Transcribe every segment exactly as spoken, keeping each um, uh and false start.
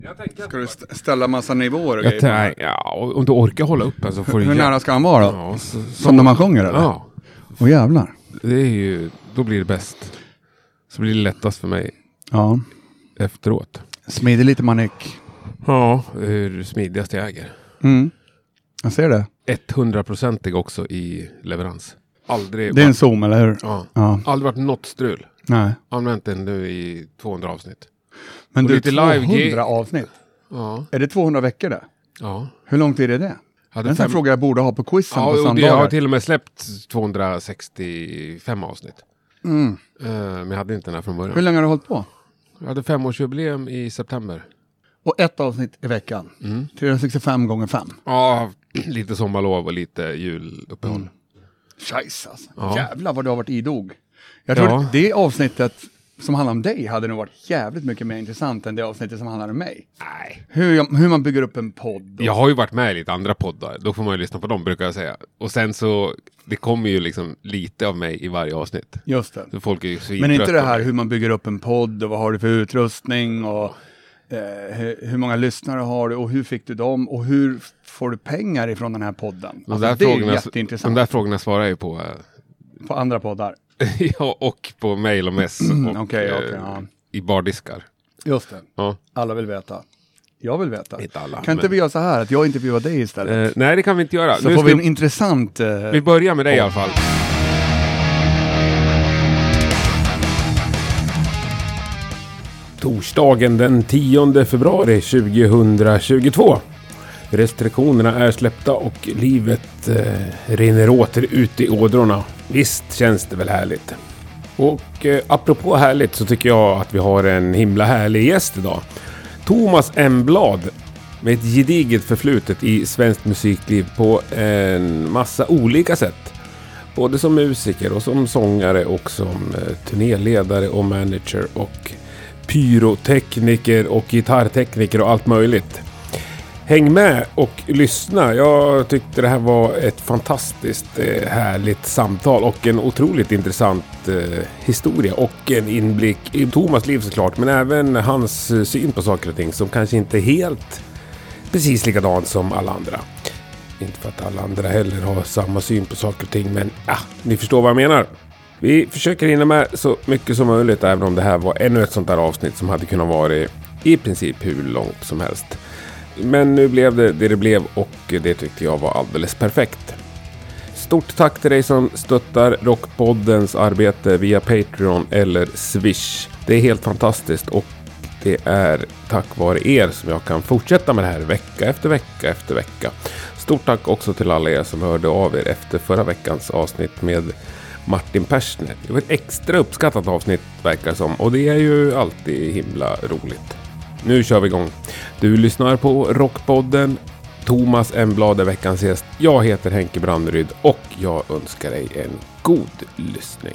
Ska du st- ställa massa nivåer och Jag grejer? tänk, ja, och om du orkar hålla upp en så får du... Hur jä- nära ska han vara då? Ja, så, så, Som när man sjunger eller? Ja, Åh jävlar. det är ju... Då blir det bäst. Så blir det lättast för mig Ja. efteråt. Smidig lite manick. Ja, hur smidigast jag äger. Mm. Jag ser det. hundraprocentig också i leverans. Aldrig Det är en varit, zoom, eller hur? ja, Ja. aldrig varit något strul. Nej. Använt den nu i tvåhundra avsnitt. Men Och du, lite live tvåhundra gig. avsnitt. Ja, Är det tvåhundra veckor det? ja. Hur långt är det det? Hade En sån fem... fråga jag borde ha på quizen Ja, på och det, söndagar. jag har till och med släppt tvåhundrasextiofem avsnitt. Mm. Uh, men jag hade inte den här från början. Hur länge har du hållit på? Jag hade femårsjubileum i september. Och ett avsnitt i veckan. Mm. trehundrasextiofem gånger fem. Ja, lite sommarlov och lite juluppehåll. Mm. Scheisse alltså. Ja. Jävlar vad du har varit idog. Jag tror Ja. att det avsnittet som handlar om dig hade nog varit jävligt mycket mer intressant än det avsnittet som handlar om mig. Nej. Hur, jag- hur man bygger upp en podd. Och... Jag har ju varit med i lite andra poddar. Då får man ju lyssna på dem, brukar jag säga. Och sen så, det kommer ju liksom lite av mig i varje avsnitt. Just det. Så folk är ju så Men inte trött det på här mig. hur man bygger upp en podd och vad har du för utrustning och eh, hur, hur många lyssnare har du och hur fick du dem och hur får du pengar ifrån den här podden? De Alltså, där det är ju frågorna, jätteintressant. de där frågorna svarar jag ju på. eh, På andra poddar. ja, och på mail och mess. Mm, och okej, eh, okej, ja. i bardiskar. Just det. Ja. Alla vill veta. Jag vill veta. Inte alla, Kan inte men- vi göra så här att jag intervjuar dig istället? Eh, nej, det kan vi inte göra. så Nu får ska vi en intressant... Eh, vi börjar med dig i alla fall. Torsdagen den tionde februari tjugohundratjugotvå. Restriktionerna är släppta och livet eh, rinner åter ut i ådrorna. Visst känns det väl härligt. Och eh, apropå härligt så tycker jag att vi har en himla härlig gäst idag. Thomas Emblad med ett gediget förflutet i svenskt musikliv på en massa olika sätt. Både som musiker och som sångare och som eh, turnéledare och manager och pyrotekniker och gitarrtekniker och allt möjligt. Häng med och lyssna. Jag tyckte det här var ett fantastiskt eh, härligt samtal och en otroligt intressant eh, historia och en inblick i Thomas liv såklart, men även hans eh, syn på saker och ting som kanske inte är helt precis likadant som alla andra. Inte för att alla andra heller har samma syn på saker och ting, men ja, ni förstår vad jag menar. Vi försöker hinna med så mycket som möjligt, även om det här var ännu ett sånt där avsnitt som hade kunnat vara i princip hur långt som helst. Men nu blev det det det blev och det tyckte jag var alldeles perfekt. Stort tack till dig som stöttar Rockpoddens arbete via Patreon eller Swish. Det är helt fantastiskt och det är tack vare er som jag kan fortsätta med det här vecka efter vecka efter vecka. Stort tack också till alla er som hörde av er efter förra veckans avsnitt med Martin Persner. Det var ett extra uppskattat avsnitt verkar som, och det är ju alltid himla roligt. Nu kör vi igång. Du lyssnar på Rockpodden. Thomas Emblad är veckans gäst. Jag heter Henke Branneryd och jag önskar dig en god lyssning.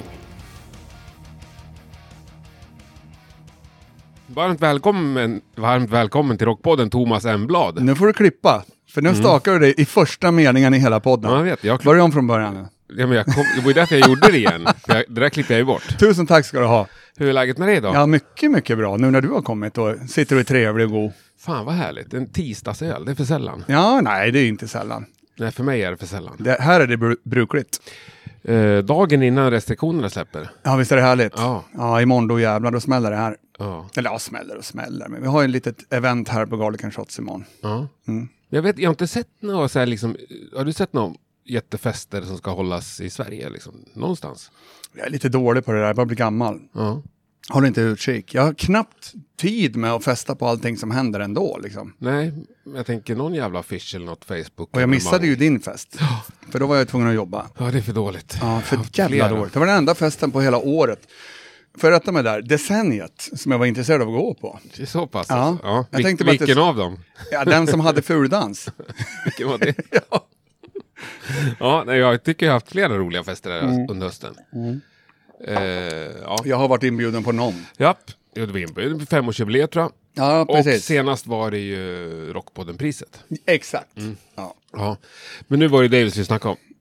Varmt välkommen, varmt välkommen till Rockpodden, Thomas Emblad. Nu får du klippa. För nu stakar du dig i första meningen i hela podden. Ja, jag vet. Jag, Börja om från början nu. ja, men jag kom, det var ju därför jag gjorde det igen. För jag, det där klippte jag ju bort. Tusen tack ska du ha. Hur är läget med dig då? Ja, mycket, mycket bra. Nu när du har kommit och sitter du trevlig och god. Fan vad härligt. En tisdagsöl, det är för sällan. Ja, nej, det är inte sällan. Nej, för mig är det för sällan. Det, här är det bru- brukligt. Eh, dagen innan restriktionerna släpper. Ja, visst är det härligt? Ja. Ja, imorgon då jävlar, då smäller det här. Ja. Eller ja, smäller och smäller. Men vi har ju ett litet event här på Garlic and Shots imorgon. Ja. Mm. Jag vet, jag har inte sett några så här liksom, har du sett några jättefester som ska hållas i Sverige liksom, någonstans? Jag är lite dålig på det där, jag börjar bli gammal. Ja. Håller inte utkik. Jag har knappt tid med att festa på allting som händer ändå liksom. Nej, jag tänker någon jävla affisch eller något Facebook. Och jag missade ju din fest. För då var jag tvungen att jobba. Ja, det är för dåligt. Ja, för Ja, jävla flera. dåligt. Det var den enda festen på hela året. För att rätta mig där, decenniet som jag var intresserad av att gå på. Det är så pass. Ja. Alltså. Ja. Jag Vil- tänkte bara att vilken det- av dem? Ja, den som hade fuldans. Vilken var det? Ja. Ja, nej, jag tycker jag har haft flera roliga fester här Mm. under hösten. Eh, ja. Jag har varit inbjuden på någon. Japp, det var inbjuden på femårsjubileet tror jag. Ja, Och precis. senast var det ju Rockpodden-priset. Exakt. Ja. Ja, men nu var det Davis vi snackade om.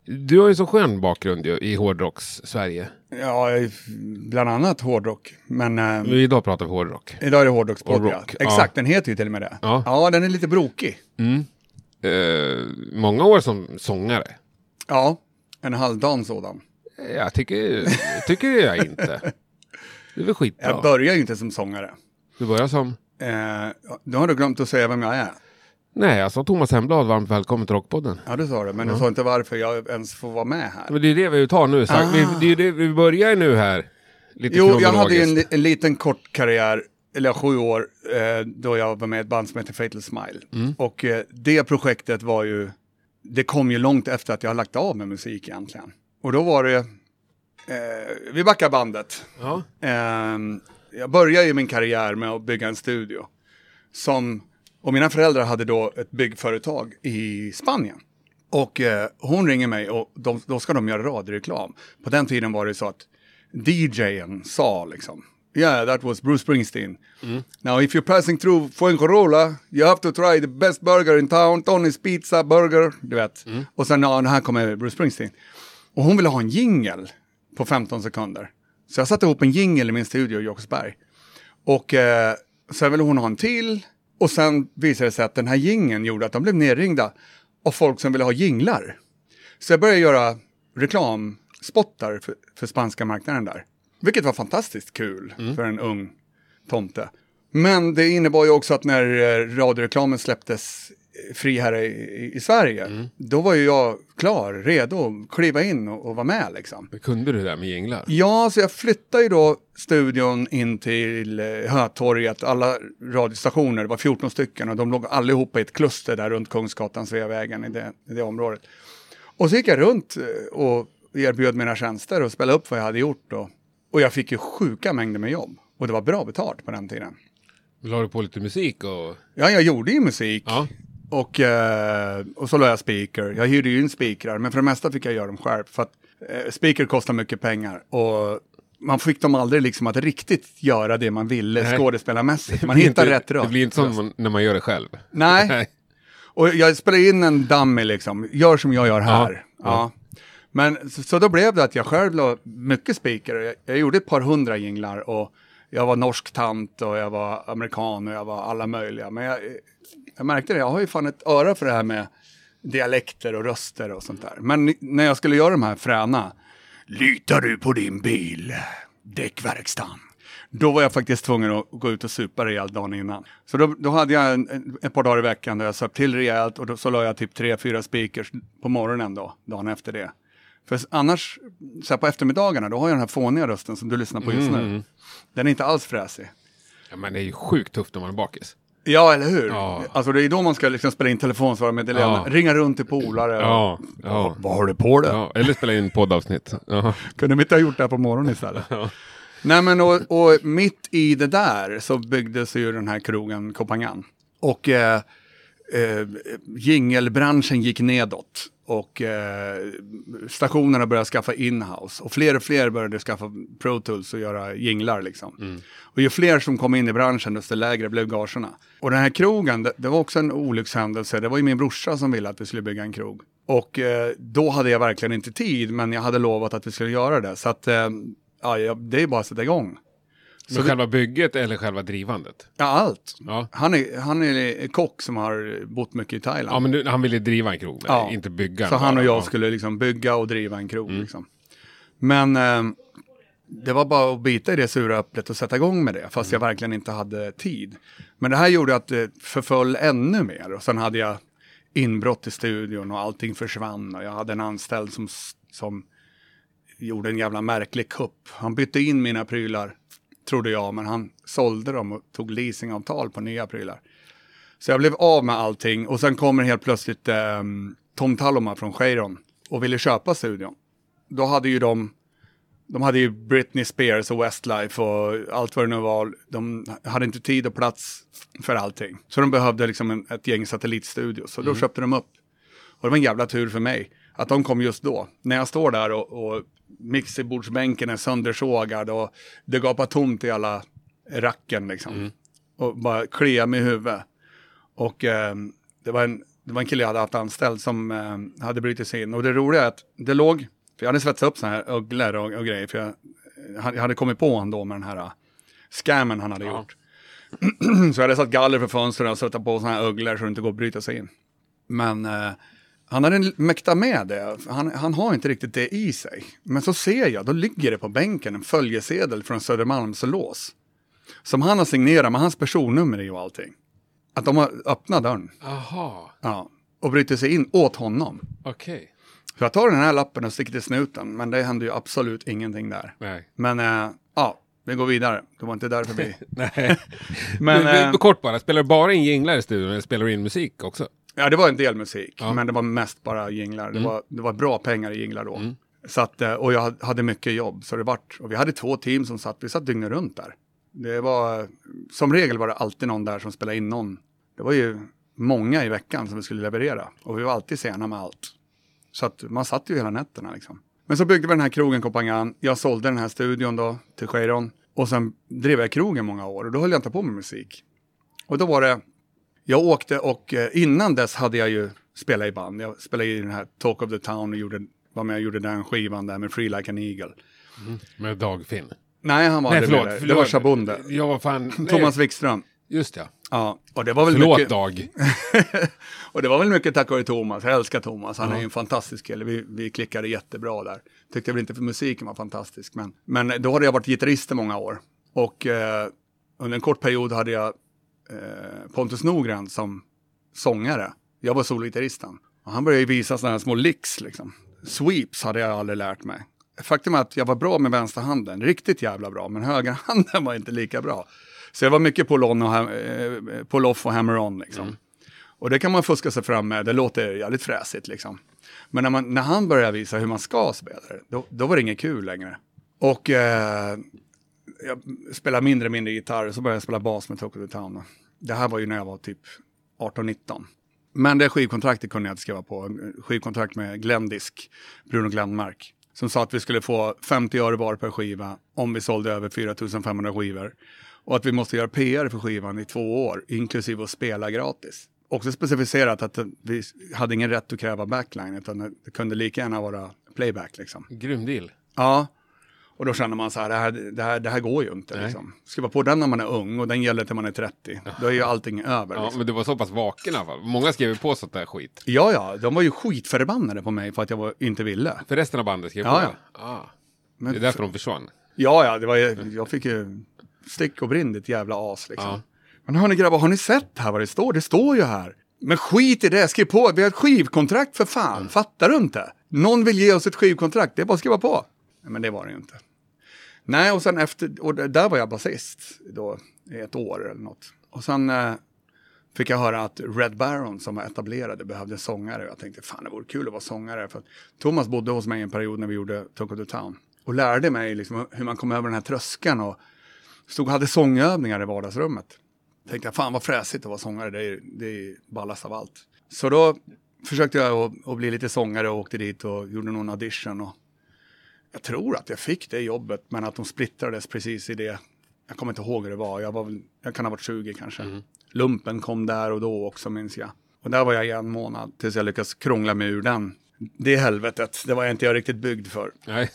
Du har ju så skön bakgrund ju, i hårdrocks-Sverige. Ja, bland annat hårdrock. Men, eh, Men idag pratar vi hårdrock. Idag är det hårdrockspodd, Och ja. rock, Exakt, ja. den heter ju till och med det. Ja. Ja, den är lite brokig. Mm. Eh, många år som sångare. Ja, en halvdan sådan. Jag tycker, tycker jag inte. Det är väl skitbra. Jag börjar ju inte som sångare. Du börjar som... Eh, då har du glömt att säga vem jag är. Nej, jag sa Thomas Hemblad, varmt välkommen till Rockpodden. Ja, det sa du. Men Ja. du sa inte varför jag ens får vara med här. Men det är det vi tar nu. Ah. Vi, det är det vi börjar nu här. Lite Jo, jag hade ju en, kronologiskt. en liten kort karriär, eller sju år, eh, då jag var med i ett band som heter Fatal Smile. Mm. Och eh, det projektet var ju, det kom ju långt efter att jag har lagt av med musik egentligen. Och då var det, eh, vi backar bandet. Ja. Eh, jag började ju min karriär med att bygga en studio. Som, och mina föräldrar hade då ett byggföretag i Spanien. Och eh, hon ringer mig och de, då ska de göra radioreklam. På den tiden var det så att D J:en sa liksom, yeah, that was Bruce Springsteen. Mm. Now if you're passing through Fuengirola, you have to try the best burger in town, Tony's Pizza Burger, du vet. Mm. Och sen, ja, här kommer Bruce Springsteen. Och hon ville ha en jingle på femton sekunder. Så jag satte ihop en jingle i min studio i Jakobsberg. Och eh, sen ville hon ha en till. Och sen visade det sig att den här jingeln gjorde att de blev nerringda av folk som ville ha jinglar. Så jag började göra reklamspottar för, för spanska marknaden där. Vilket var fantastiskt kul mm. för en ung tomte. Men det innebar ju också att när radioreklamen släpptes fri här i, i Sverige, mm. då var ju jag klar, redo att kliva in och, och vara med liksom. Kunde du det där med jinglar? Ja, så jag flyttade ju då studion in till Hötorget. Alla radiostationer, det var fjorton stycken och de låg allihopa i ett kluster där runt Kungsgatan, Sveavägen i det, i det området. Och så gick jag runt och erbjöd mina tjänster och spelade upp vad jag hade gjort. Och, och jag fick ju sjuka mängder med jobb. Och det var bra betalt på den tiden. La du på lite musik? Och... Ja, jag gjorde ju musik. Ja. Och, eh, och så la jag speaker. Jag hyrde ju in speakrar, men för det mesta fick jag göra dem själv. För att eh, speaker kostar mycket pengar. Och man fick dem aldrig liksom att riktigt göra det man ville skådespelarmässigt. Man hittar inte, rätt röst. Det blir inte som när man gör det själv. Nej. Nej. Och jag spelade in en dummy liksom. Gör som jag gör här. Ja. Ja. Ja. Men så, så då blev det att jag själv la mycket speaker. Jag, jag gjorde ett par hundra jinglar och jag var norsk tant och jag var amerikan och jag var alla möjliga. Men jag, jag märkte det, jag har ju fan ett öra för det här med dialekter och röster och sånt där. Men när jag skulle göra de här fräna, litar du på din bil? Däckverkstan. Då var jag faktiskt tvungen att gå ut och supa rejält dagen innan. Så då, då hade jag en, en, ett par dagar i veckan där jag söp till rejält och då, så la jag typ tre, fyra speakers på morgonen då, dagen efter det. För annars, så här på eftermiddagarna, då har jag den här fåniga rösten som du lyssnar på just nu. Mm. Den är inte alls fräsig. Ja, men det är ju sjukt tufft när man är bakis. Ja, eller hur? Ja. Alltså det är då man ska liksom spela in telefonsvar med ja. ringa runt till polare. Ja, ja. Vad, vad har du på det? Ja, eller spela in poddavsnitt. Ja. Kunde vi inte ha gjort det här på morgonen istället? Ja. Nej, men och, och mitt i det där så byggdes ju den här krogen Kopangan. Och eh, eh, jingelbranschen gick nedåt. Och eh, stationerna började skaffa inhouse. Och fler och fler började skaffa Pro Tools och göra jinglar liksom. Mm. Och ju fler som kom in i branschen, desto lägre blev gagerna. Och den här krogen, det, det var också en olyckshändelse. Det var ju min brorsa som ville att vi skulle bygga en krog. Och eh, då hade jag verkligen inte tid, men jag hade lovat att vi skulle göra det. Så att, eh, ja, det är bara att sätta igång. Så själva bygget eller själva drivandet? Ja, allt. Ja. Han, är, han är kock som har bott mycket i Thailand. Ja, men du, han ville driva en krog, ja. inte bygga. Så han och jag ja. skulle liksom bygga och driva en krog. Mm. Liksom. Men eh, det var bara att bita i det sura äpplet och sätta igång med det. Fast mm. jag verkligen inte hade tid. Men det här gjorde att det förföll ännu mer. Och sen hade jag inbrott i studion och allting försvann. Och jag hade en anställd som, som gjorde en jävla märklig kupp. Han bytte in mina prylar, trodde jag, men han sålde dem och tog leasingavtal på nya prylar. Så jag blev av med allting och sen kommer helt plötsligt eh, Tom Talloma från Cheiron och ville köpa studion. Då hade ju de, de hade ju Britney Spears och Westlife och allt vad det nu var. De hade inte tid och plats för allting. Så de behövde liksom en, ett gäng satellitstudios. Så då mm. köpte de upp. Och det var en jävla tur för mig att de kom just då. När jag står där och, och mixerbordsbänken är söndersågad och det gapar tomt i alla racken liksom. Mm. Och bara klia mig i huvudet. Och eh, det var en det var en kille jag hade haft anställd som eh, hade brutit sig in. Och det roliga är att det låg, för jag hade svetsat upp så här ugglor och, och grejer. För jag, jag hade kommit på honom då med den här uh, scammen han hade ja. gjort. Så jag hade satt galler för fönstren och satt på såna här ugglor så det inte går att bryta sig in. Men eh, han hade mäktat med det. Han, han har inte riktigt det i sig. Men så ser jag, då ligger det på bänken en följesedel från Södermalms lås. Som han har signerat med hans personnummer i och allting. Att de har öppnat dörren. Aha. Ja, och bryter sig in åt honom. Okej. Okay. Så jag tar den här lappen och sticker till snuten. Men det händer ju absolut ingenting där. Nej. Men äh, ja, vi går vidare. Det var inte därför vi... Nej. Men, men äh, kort bara, spelar du bara in jinglar i studion eller spelar du in musik också? Ja, det var en del musik. Ja. Men det var mest bara jinglar. Mm. Det, var, det var bra pengar i jinglar då. Mm. Så att, och jag hade mycket jobb. Så det vart, och vi hade två team som satt, vi satt dygnet runt där. Det var, som regel var det alltid någon där som spelade in någon. Det var ju många i veckan som vi skulle leverera. Och vi var alltid sena med allt. Så att man satt ju hela nätterna liksom. Men så byggde vi den här krogen Kopangan. Jag sålde den här studion då till Cheiron. Och sen drev jag krogen många år. Och då höll jag inte på med musik. Och då var det... Jag åkte och innan dess hade jag ju spelat i band. Jag spelade i den här Talk of the Town och gjorde, var med och gjorde den skivan där med Free Like an Eagle. Mm. Med Dagfinn? Nej, han var nej, det förlåt, med. förlåt. Det var Chabonde. Ja, fan. Thomas Wikström. Just det. Ja, och det var väl förlåt, mycket... Dag. Och det var väl mycket tack vare Thomas. Jag älskar Thomas. Han ja. är ju en fantastisk kille. Vi, vi klickade jättebra där. Tyckte väl inte för musiken var fantastisk. Men, men då hade jag varit gitarrist i många år. Och eh, under en kort period hade jag eh, Pontus Norgren som sångare. Jag var sologitarristen. Och han började ju visa sådana här små licks liksom. Sweeps hade jag aldrig lärt mig. Faktum är att jag var bra med vänsterhanden. Riktigt jävla bra. Men högerhanden var inte lika bra. Så jag var mycket på lon och eh, pull-off och hammer-on liksom. Mm. Och det kan man fuska sig fram med. Det låter jävligt fräsigt liksom. Men när, man, när han började visa hur man ska spela det, då, då var det inget kul längre. Och eh, jag spelade mindre och mindre gitarr. Så började jag spela bas med Talk of the Town. Det här var ju när jag var typ arton nitton. Men det skivkontraktet kunde jag inte skriva på. Skivkontrakt med Glendisk, Bruno Glenmark. Som sa att vi skulle få femtio öre var per skiva om vi sålde över fyra tusen femhundra skivor. Och att vi måste göra P R för skivan i två år, inklusive att spela gratis. Också specificerat att vi hade ingen rätt att kräva backline, utan det kunde lika gärna vara playback liksom. Grym deal. Ja, och då känner man så här, det här, det här, det här går ju inte liksom. Skriva på den när man är ung och den gäller till man är trettio. Då är ju allting över. Ja, liksom. Men du var så pass vaken i alla fall. Många skrev på sånt där skit. Ja, ja, de var ju skitförbannade på mig för att jag var, inte ville. För resten av bandet skrev ja, på? Ja, ah. Men det är därför för... de försvann. Ja, ja, det var, jag fick ju stick och brinn, ett jävla as liksom. Ja. Men hörni grabbar, har ni sett här vad det står? Det står ju här. Men skit i det, skriv på. Vi har ett skivkontrakt för fan, mm. Fattar du inte? Någon vill ge oss ett skivkontrakt, det är bara att skriva på. Men det var det ju inte. Nej, och sen efter, och där var jag basist då i ett år eller något. Och sen eh, fick jag höra att Red Baron som var etablerade behövde sångare. Och jag tänkte, fan det vore kul att vara sångare. För att Thomas bodde hos mig en period när vi gjorde Talk of the Town. Och lärde mig liksom hur man kom över den här tröskeln och stod och hade sångövningar i vardagsrummet. Tänkte jag, fan vad fräsigt att vara sångare, det är, det är ballast av allt. Så då försökte jag att, att bli lite sångare och åkte dit och gjorde någon audition. Och jag tror att jag fick det jobbet, men att de splittrades precis i det. Jag kommer inte ihåg hur det var, jag, var väl, jag kan ha varit tjugo kanske. Mm. Lumpen kom där och då också, minns jag. Och där var jag i en månad tills jag lyckades krångla mig ur den. Det helvetet, det var inte jag riktigt byggd för. Nej.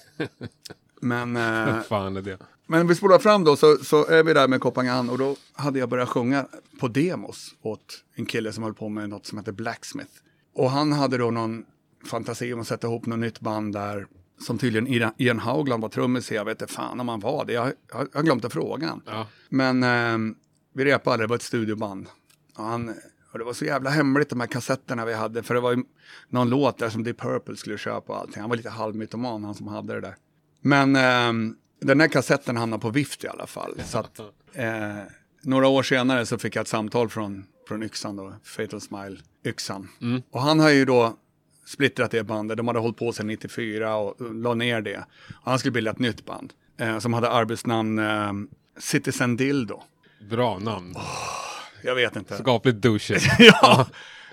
Men... Eh, fan är det. Men vi spolar fram då, så, så är vi där med Kopangan och då hade jag börjat sjunga på demos åt en kille som höll på med något som heter Blacksmith. Och han hade då någon fantasi om att sätta ihop något nytt band där som tydligen Ian Haugland var trummis. Jag vet inte fan om han var det, jag, jag, jag glömde frågan. Ja. Men eh, vi repade, det var ett studioband. Och, han, och det var så jävla hemligt de här kassetterna vi hade, för det var ju någon låt där som Deep Purple skulle köpa och allting. Han var lite halvmytoman han som hade det där. Men... Eh, den här kassetten hamnade på vift i alla fall. Så att, eh, några år senare så fick jag ett samtal från, från Yxan då, Fatal Smile, Yxan. Mm. Och han har ju då splittrat det bandet. De hade hållit på sedan nittiofyra och la ner det. Och han skulle bilda ett nytt band eh, som hade arbetsnamn eh, Citizen Dildo. Bra namn. Oh, jag vet inte. Skapligt douche. Ja,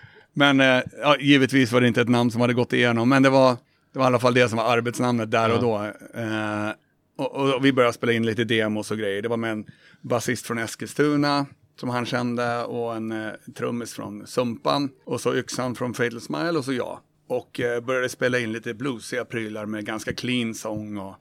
men eh, ja, givetvis var det inte ett namn som hade gått igenom. Men det var, det var i alla fall det som var arbetsnamnet där ja. och då. Eh, Och, och vi började spela in lite demos och grejer. Det var med en basist från Eskilstuna. som han kände och en eh, trummis från Sumpan och så Yxan från Fatal Smile och så jag. Och eh, började spela in lite bluesiga prylar med ganska clean sång. Och,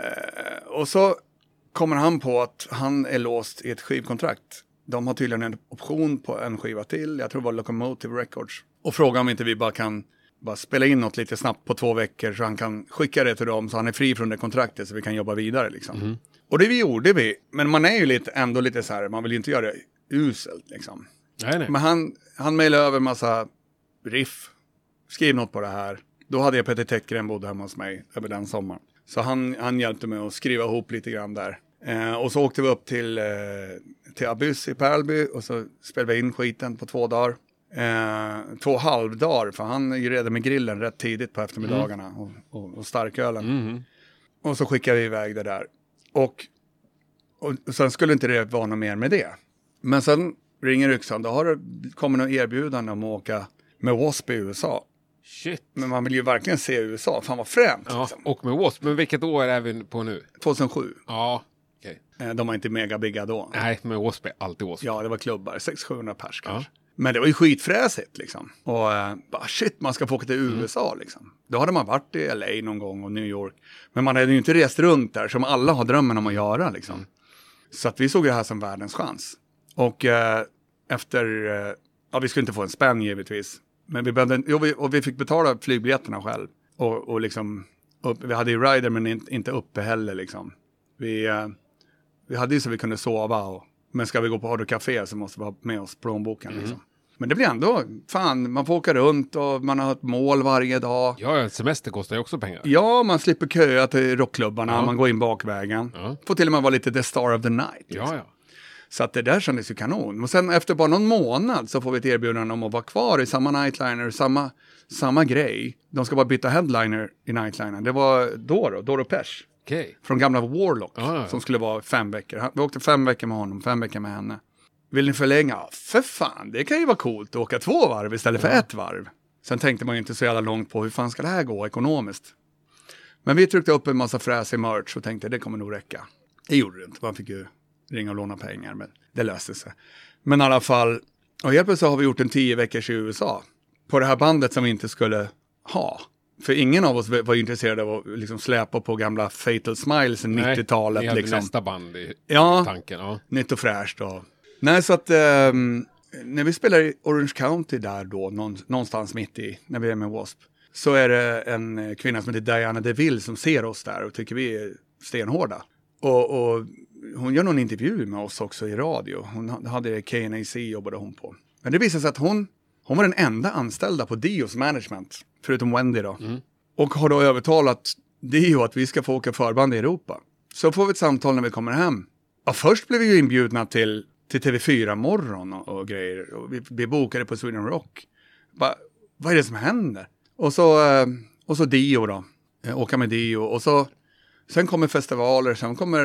eh, och så kommer han på att han är låst i ett skivkontrakt. De har tydligen en option på en skiva till. Jag tror det var Locomotive Records. Och frågar om inte vi bara kan bara spela in något lite snabbt på två veckor så han kan skicka det till dem så han är fri från det kontraktet så vi kan jobba vidare liksom. Mm. Och det vi gjorde vi. Men man är ju lite, ändå lite så här, man vill ju inte göra det uselt liksom. Nej, nej. Men han, han mejlade över en massa riff. Skriv något på det här. Då hade jag Peter Täckgren bodde hemma hos mig över den sommaren. Så han, han hjälpte mig att skriva ihop lite grann där. Eh, och så åkte vi upp till, eh, till Abyss i Pärlby och så spelade vi in skiten på två dagar. Eh, två halvdagar, för han är ju redan med grillen rätt tidigt på eftermiddagarna mm. och, och, och starkölen. Mm. Och så skickade vi iväg det där. Och, och, och sen skulle inte det vara något mer med det. Men sen ringer Yxan, då har det kommit något erbjudande om att åka med W A S P i U S A. Shit. Men man vill ju verkligen se U S A, fan vad främt. Ja, liksom. Och med W A S P, men vilket år är vi på nu? tjugohundrasju. Ja, okej. Okay. De var inte mega bigga då. Nej, med W A S P, alltid W A S P. Ja, det var klubbar, sex sjuhundra pers kanske. Ja. Men det var ju skitfräsigt liksom. Och äh, bara shit, man ska få åka till U S A mm. liksom. Då hade man varit i L A någon gång och New York. Men man hade ju inte rest runt där som alla har drömmen om att göra liksom. Mm. Så att vi såg det här som världens chans. Och äh, efter, äh, ja vi skulle inte få en spänn givetvis. Men vi behövde, jo, vi, och vi fick betala flygbiljetterna själv. Och, och liksom, upp, vi hade ju rider men in, inte uppe heller liksom. Vi, äh, vi hade ju så vi kunde sova och men ska vi gå på Hard Rock Café så måste vi ha med oss plånboken mm. liksom. Men det blir ändå, fan, man får åka runt och man har ett mål varje dag. Ja, semester kostar ju också pengar. Ja, man slipper köa till rockklubbarna, ja. Man går in bakvägen. Ja. Får till och med vara lite the star of the night. Liksom. Ja, ja. Så att det där kändes ju kanon. Och sen efter bara någon månad så får vi ett erbjudande om att vara kvar i samma nightliner, samma, samma grej. De ska bara byta headliner i nightliner. Det var Doro, Doro Pesch. Okay. Från gamla Warlock, ah, ja. Som skulle vara fem veckor. Vi åkte fem veckor med honom, fem veckor med henne. Vill ni förlänga? Ja, för fan, det kan ju vara coolt att åka två varv istället för ja. ett varv. Sen tänkte man ju inte så jävla långt på hur fan ska det här gå ekonomiskt. Men vi tryckte upp en massa fräsig merch och tänkte det kommer nog räcka. Det gjorde det inte, man fick ju ringa och låna pengar, men det löste sig. Men i alla fall, och helt plötsligt har vi gjort en tio veckors i U S A. På det här bandet som vi inte skulle ha. För ingen av oss var intresserad av att liksom släpa på gamla Fatal Smiles i nittiotalet. Nej, liksom. nästa band i ja, tanken. Ja, nytt och fräscht. Och. Nej, så att um, när vi spelar i Orange County där då, någonstans mitt i, när vi är med W A S P, så är det en kvinna som heter Diana DeVille som ser oss där och tycker vi är stenhårda. Och, och hon gör någon intervju med oss också i radio. Hon hade K N A C jobbade hon på. Men det visade sig att hon, hon var den enda anställda på Dios management. Förutom Wendy då. Mm. Och har då övertalat Dio att vi ska få åka förband i Europa. Så får vi ett samtal när vi kommer hem. Ja, först blev vi ju inbjudna till, till T V fyra morgon och, och grejer. Och vi, vi bokade på Sweden Rock. Bara, vad är det som händer? Och så, och så Dio då. Åka med Dio. Och så, sen kommer festivaler. Sen kommer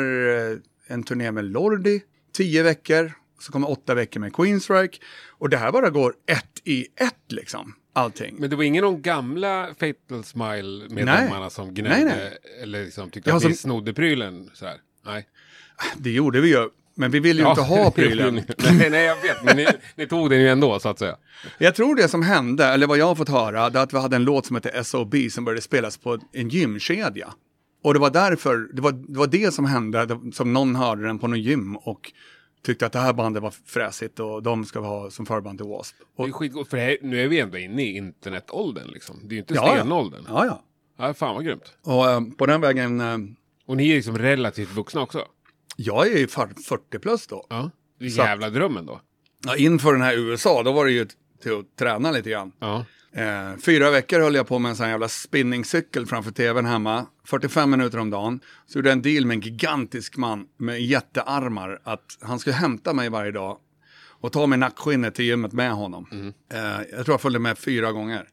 en turné med Lordi. Tio veckor. Så kommer åtta veckor med Queensryche. Och det här bara går ett i ett liksom. Allting. Men det var ingen av de gamla Fatal Smile medlemmarna som gnällde nej, nej. Eller liksom tyckte ja, att som... ni snodde prylen så här. Nej. Det gjorde vi ju. Men vi ville ju ja, inte ha prylen. nej, nej, jag vet. Men ni, ni tog den ju ändå så att säga. Jag tror det som hände, eller vad jag har fått höra, det är att vi hade en låt som heter S O B som började spelas på en gymkedja. Och det var därför, det var det, var det som hände, som någon hörde den på någon gym och tyckte att det här bandet var fräsigt och de ska ha som förband till W A S P. Och det är skitgott, för här, nu är vi ändå inne i internetåldern liksom. Det är ju inte ja, stenåldern. Ja, ja. Ja, fan vad grymt. Och äh, på den vägen... Äh, och ni är liksom relativt vuxna också. Jag är ju fyrtio plus då. Ja, det är jävla att, drömmen då. Ja, inför den här U S A, då var det ju till att träna lite grann. Ja. Eh, fyra veckor höll jag på med en sån jävla spinningcykel framför tvn hemma. fyrtiofem minuter om dagen. Så gjorde jag en deal med en gigantisk man med jättearmar. Att han skulle hämta mig varje dag. Och ta mig nackskinnet till gymmet med honom. Mm. Eh, jag tror jag följde med fyra gånger.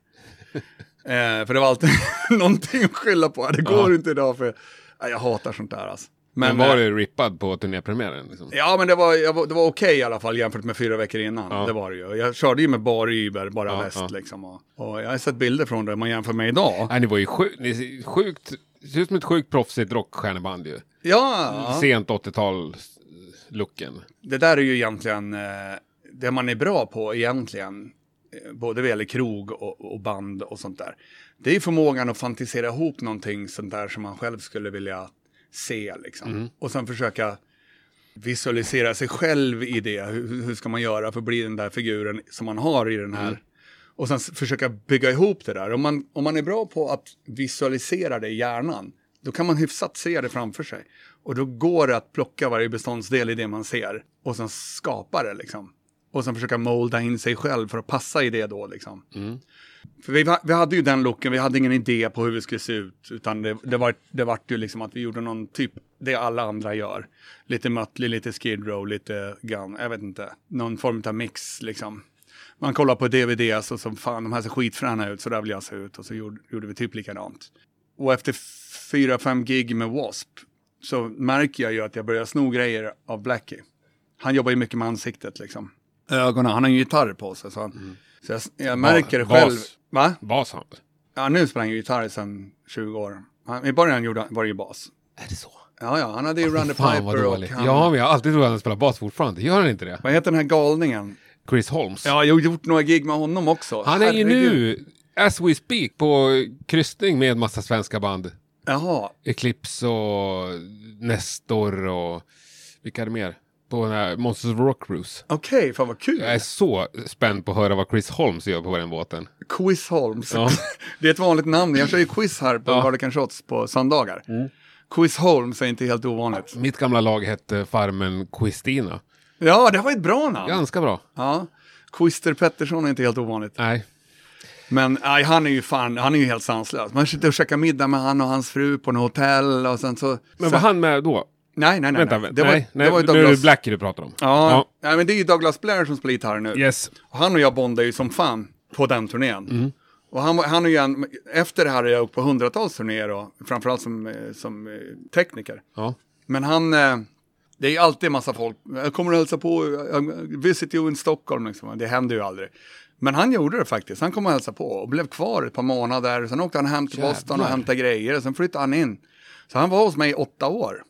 eh, för det var alltid någonting att skylla på. Det går ja. inte idag för eh, jag hatar sånt där alltså. Men, men var det rippad på turnépremiären? Liksom? Ja, men det var, jag, det var okej okay, i alla fall jämfört med fyra veckor innan. Ja. Det var det ju. Jag körde ju med bara Uber, bara ja, väst ja. liksom. Och, och jag har sett bilder från det, man jämför med idag. Nej, ni var ju sjuk, ni sjukt, det ser ut som ett sjukt proffsigt rockstjärneband ju. Ja. Sent åttiotal looken. Det där är ju egentligen eh, det man är bra på egentligen. Eh, både vad gäller krog och, och band och sånt där. Det är förmågan att fantisera ihop någonting sånt där som man själv skulle vilja se liksom. Mm. Och sen försöka visualisera sig själv i det. Hur, hur ska man göra för att bli den där figuren som man har i den här. Mm. Och sen försöka bygga ihop det där. Om man, om man är bra på att visualisera det i hjärnan, då kan man hyfsat se det framför sig. Och då går det att plocka varje beståndsdel i det man ser. Och sen skapa det liksom. Och sen försöka molda in sig själv för att passa i det då liksom. Mm. För vi, vi hade ju den looken, vi hade ingen idé på hur vi skulle se ut. Utan det, det, var, det var ju liksom att vi gjorde någon typ, det alla andra gör. Lite Mötley, lite Skid Row, lite Gun, jag vet inte. Någon form av mix liksom. Man kollar på D V Ds och så fan, de här ser skitfräna ut, så där vill jag se ut. Och så gjorde, gjorde vi typ likadant. Och efter fyra, fem gig med W A S P så märker jag ju att jag börjar sno grejer av Blackie. Han jobbar ju mycket med ansiktet liksom. Ögonen, han har ju gitarr på sig. Så, han, mm. så jag, jag märker det själv. Bas. Va? Bas han. Ja, nu spelar han ju gitarr sedan tjugo år. Han, I början gjorde, var det ju bas. Är det så? Ja, ja, han hade ju Run the Piper och han, ja, men jag har alltid trott att han spelar bas fortfarande. Gör han inte det? Vad heter den här galningen? Chris Holmes. Ja, jag har gjort några gig med honom också. Han är Herregud. ju nu, as we speak, på kryssning med en massa svenska band. Jaha. Eclipse och Nestor och vilka är det mer? På den här Monsters of Rock Cruise. Okej, okay, fan vad kul. Jag är så spänd på att höra vad Chris Holmes gör på den båten. Quiz Holmes. Ja. Det är ett vanligt namn. Jag kör ju quiz här på ja. Garlic Shots på söndagar. Mm. Quiz Holmes är inte helt ovanligt. Mitt gamla lag hette Farmen Quistina. Ja, det var ett bra namn. Ganska bra. Ja. Quister Pettersson är inte helt ovanligt. Nej. Men nej, han är ju fan, han är ju helt sanslös. Man sitter och käkar middag med han och hans fru på en hotell och sen så... Men sen, var han med då? Nej, nej, nej. Vänta, nej. Det var, nej, det var ju Douglas... Nu är det Blackie du pratar om. Ja, ja. Nej, men det är ju Douglas Blair som spelar gitarr nu. Yes. Och han och jag bondade ju som fan på den turnén. Mm. Och han, han är ju en, efter det här är jag upp på hundratals turnéer då, framförallt som, som tekniker. Ja. Men han, det är ju alltid en massa folk. Jag kommer att hälsa på, visit you in Stockholm liksom. Det händer ju aldrig. Men han gjorde det faktiskt. Han kom och hälsade på och blev kvar ett par månader. Sen åkte han hem till Jävlar. Boston och hämtade grejer. Och sen flyttade han in. Så han var hos mig i åtta år.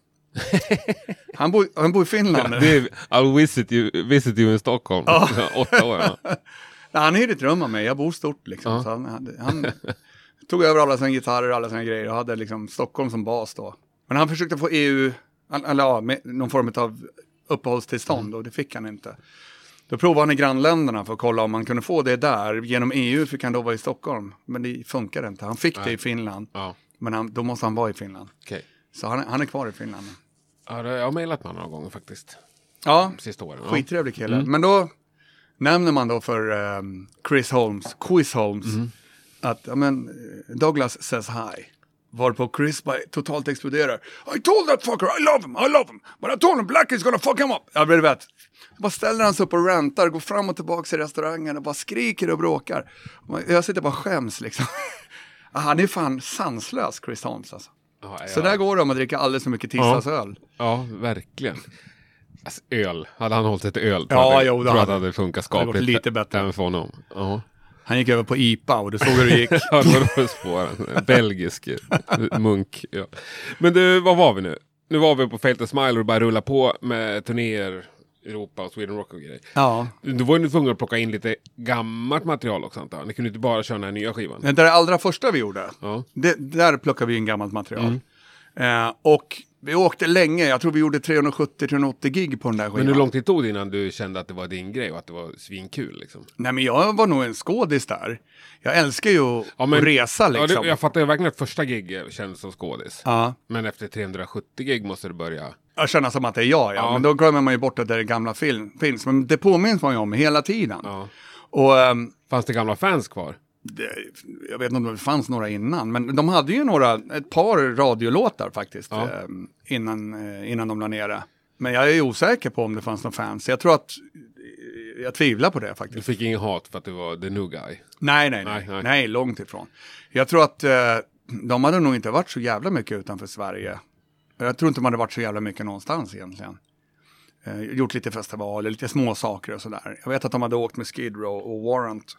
han, bor, han bor i Finland. Är, I'll visit you, visit you in Stockholm. Ja. åtta år, ja. Nej, han hyrde ett rum av mig. Jag bor stort liksom. Ja. Så han, han, han tog över alla sina gitarrer och alla sina grejer. Och hade liksom Stockholm som bas då. Men han försökte få E U, eller ja, med någon form av uppehållstillstånd. Mm. Och det fick han inte. Då provade han i grannländerna för att kolla om man kunde få det där. Genom E U fick han då vara i Stockholm. Men det funkar inte. Han fick Nej. det i Finland. Ja. Men han, då måste han vara i Finland. Okay. Så han, han är kvar i Finland. Ja, jag har mejlat med honom några gånger faktiskt. Ja, sista åren. skittrevlig kille. Mm. Men då nämner man då för um, Chris Holmes, Quiz Holmes, mm. att ja, men, Douglas says hi. Varpå Chris bara totalt exploderar. I told that fucker, I love him, I love him. But I told him Black is gonna fuck him up. Jag vet, vet. Bara ställer han sig upp och rantar, går fram och tillbaka i restaurangen och bara skriker och bråkar. Jag sitter bara och skäms liksom. Han är fan sanslös, Chris Holmes alltså. Ja, ja. Så där går det om att dricka alldeles för mycket tisdagsöl. Ja, ja verkligen. Alltså, öl. Hade han hållit ett öl tror ja, jag jo, det hade det funkat skapligt. Det lite bättre. Även för honom. Ja. Han gick över på I P A och du såg hur det gick. Ja, det var spåren. Belgisk munk. Ja. Men du, vad var vi nu? Nu var vi på Fail to Smile och bara rulla på med turnéer Europa och Sweden Rock och grejer. Ja. Du var ju tvungen att plocka in lite gammalt material också antar jag. Ni kunde inte bara köra den här nya skivan. Det där allra första vi gjorde. Ja. Det, där plockade vi in gammalt material. Mm. Eh, och vi åkte länge. Jag tror vi gjorde trehundrasjuttio till trehundraåttio gig på den där skivan. Men hur lång tid tog det innan du kände att det var din grej och att det var svinkul liksom? Nej, men jag var nog en skådis där. Jag älskar ju ja, men, att resa liksom. Ja, det, jag fattar ju verkligen att första gig kändes som skådis. Ja. Men efter trehundrasjuttio gig måste du börja... Jag känner som att det är jag, ja. ja. Men då glömmer man ju bort att det är gamla film, finns. Men det påminns man ju om hela tiden. Ja. Och, um, fanns det gamla fans kvar? Det, jag vet inte om det fanns några innan. Men de hade ju några, ett par radiolåtar faktiskt. Ja. Eh, innan, eh, innan de la ner det. Men jag är ju osäker på om det fanns några fans. Jag tror att, jag tvivlar på det faktiskt. Du fick ingen hat för att du var the new guy? Nej, nej, nej. Nej, nej. nej långt ifrån. Jag tror att eh, de hade nog inte varit så jävla mycket utanför Sverige. Jag tror inte de hade varit så jävla mycket någonstans egentligen. Eh, gjort lite festivaler, lite små saker och sådär. Jag vet att de hade åkt med Skid Row och Warrant.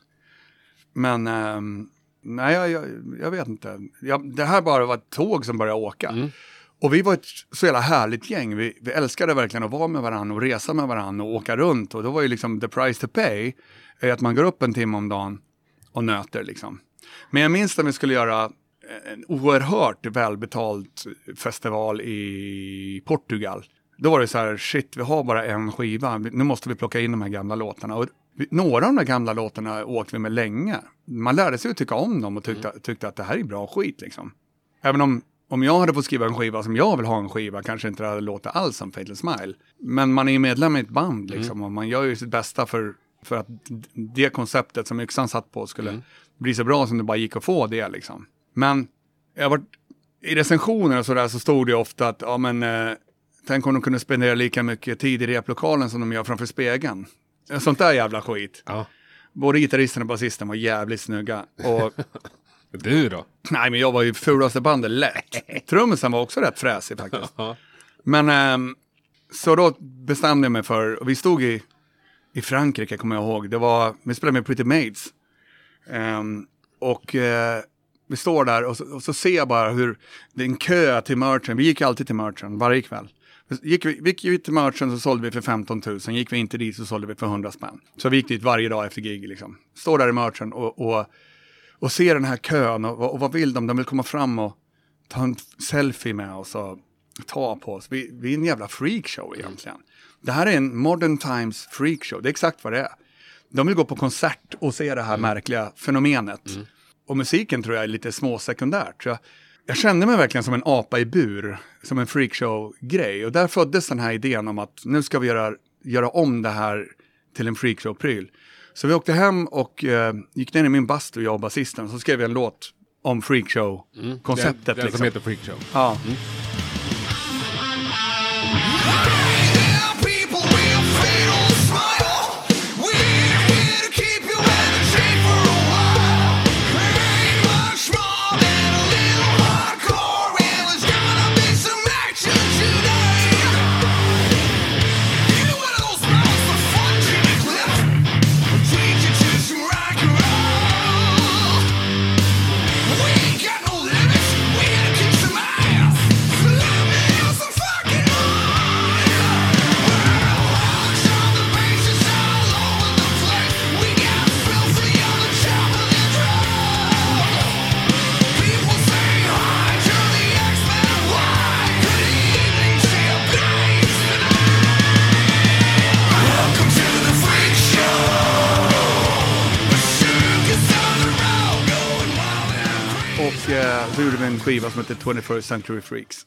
Men um, nej, jag, jag, jag vet inte. Jag, det här bara var ett tåg som började åka. Mm. Och vi var ett så jävla härligt gäng. Vi, vi älskade verkligen att vara med varandra och resa med varandra och åka runt. Och då var ju liksom the price to pay är att man går upp en timme om dagen och nöter liksom. Men jag minns att vi skulle göra en oerhört välbetald festival i Portugal. Då var det så här, shit, vi har bara en skiva. Nu måste vi plocka in de här gamla låtarna. Och vi, några av de här gamla låtarna åkte vi med länge. Man lärde sig att tycka om dem och tyckte, mm. tyckte att det här är bra skit liksom. Även om, om jag hade fått skriva en skiva som jag vill ha en skiva, kanske inte det hade låtit alls som Fatal Smile. Men man är ju medlem i ett band liksom. Mm. Och man gör ju sitt bästa för, för att det konceptet som Yxan satt på skulle mm. bli så bra som det bara gick att få det liksom. Men jag var, i recensioner och sådär så stod det ofta att ja men eh, tänk om de kunde spendera lika mycket tid i replokalen som de gör framför spegeln. Sånt där jävla skit. Ja. Både gitarristen och basisten var jävligt snygga. Och du då? Nej, men jag var ju fulaste bandet lätt. Trummisen var också rätt fräsig faktiskt. Men eh, så då bestämde jag mig för, och vi stod i, i Frankrike kommer jag ihåg. Det var, vi spelade med Pretty Maids. Eh, och eh, vi står där och så, och så ser jag bara hur det är en kö till merchen. Vi gick alltid till merchen varje kväll. Gick vi, gick vi till merchen så sålde vi för femton tusen. Gick vi inte dit så sålde vi för hundra spänn. Så vi gick dit varje dag efter gig liksom. Står där i merchen och, och, och ser den här kön. Och, och vad vill de? De vill komma fram och ta en selfie med oss och ta på oss. Vi, vi är en jävla freakshow egentligen. Mm. Det här är en modern times freakshow. Det är exakt vad det är. De vill gå på konsert och se det här mm. märkliga fenomenet. Mm. Och musiken tror jag är lite småsekundärt. Så jag, jag kände mig verkligen som en apa i bur. Som en freakshow-grej. Och där föddes den här idén om att nu ska vi göra, göra om det här till en freakshow-pryl. Så vi åkte hem och eh, gick ner i min bastu, jag och basisten. Så skrev vi en låt om freakshow-konceptet. Mm. Den, den liksom. som heter freakshow. Ja. Mm. Så gjorde vi en skiva som heter twenty-first Century Freaks.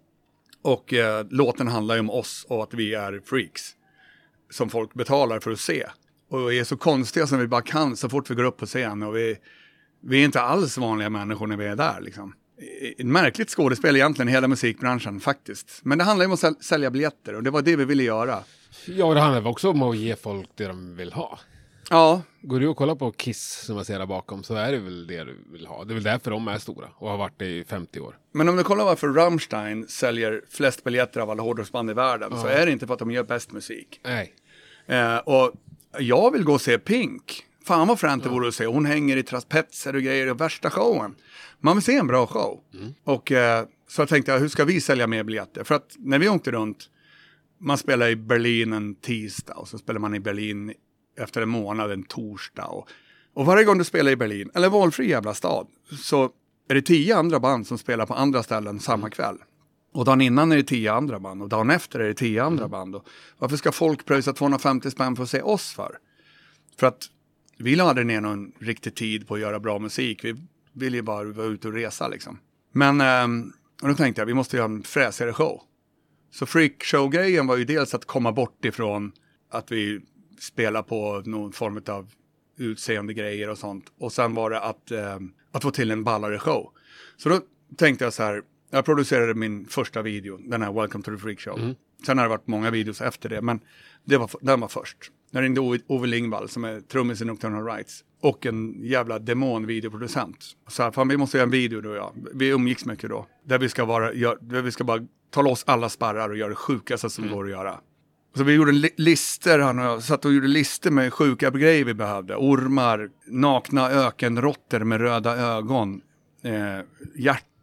Och eh, låten handlar ju om oss och att vi är freaks. Som folk betalar för att se. Och vi är så konstiga som vi bara kan så fort vi går upp på scen. Och vi, vi är inte alls vanliga människor när vi är där liksom. Ett märkligt skådespel egentligen i hela musikbranschen faktiskt. Men det handlar ju om att säl- sälja biljetter och det var det vi ville göra. Ja, det handlar också om att ge folk det de vill ha. Ja. Går du och kollar på Kiss som jag ser där bakom så är det väl det du vill ha. Det är väl därför de är stora och har varit det i femtio år. Men om du kollar varför Rammstein säljer flest biljetter av alla hårdrocksband i världen ja. Så är det inte för att de gör bäst musik. Nej. Eh, och jag vill gå och se Pink. Fan vad fränt det vore att se. Hon hänger i traspetser och grejer och värsta showen. Man vill se en bra show. Mm. Och eh, så jag tänkte jag, hur ska vi sälja mer biljetter? För att när vi åkte runt, man spelar i Berlin en tisdag och så spelar man i Berlin efter en månad en torsdag. Och, och varje gång du spelar i Berlin, eller valfri jävla stad, så är det tio andra band som spelar på andra ställen samma kväll. Och dagen innan är det tio andra band och dagen efter är det tio andra band. Och varför ska folk pröjsa tvåhundrafemtio spänn för att se oss för? För att vi lade ner någon riktig tid på att göra bra musik. Vi ville ju bara vara ute och resa liksom. Men ähm, och då tänkte jag, vi måste göra en fräsigare show. Så freakshow-grejen var ju dels att komma bort ifrån att vi spelar på någon form av utseende grejer och sånt. Och sen var det att, äh, att få till en ballare show. Så då tänkte jag så här, jag producerade min första video, den här Welcome to the Freak Show. Mm. Sen har det varit många videos efter det, men det var, den var först. Jag ringde Ove, Ove Lingvall som är trummis i Nocturnal Rights. Och en jävla demon-videoproducent. Så här, fan vi måste göra en video då, ja. Vi umgicks mycket då. Där vi ska, vara, gör, där vi ska bara ta loss alla sparrar och göra det sjukaste som mm. går att göra. Så vi gjorde li- lister, han och jag satt och gjorde lister med sjuka grejer vi behövde. Ormar, nakna ökenråttor med röda ögon. Eh, hjärt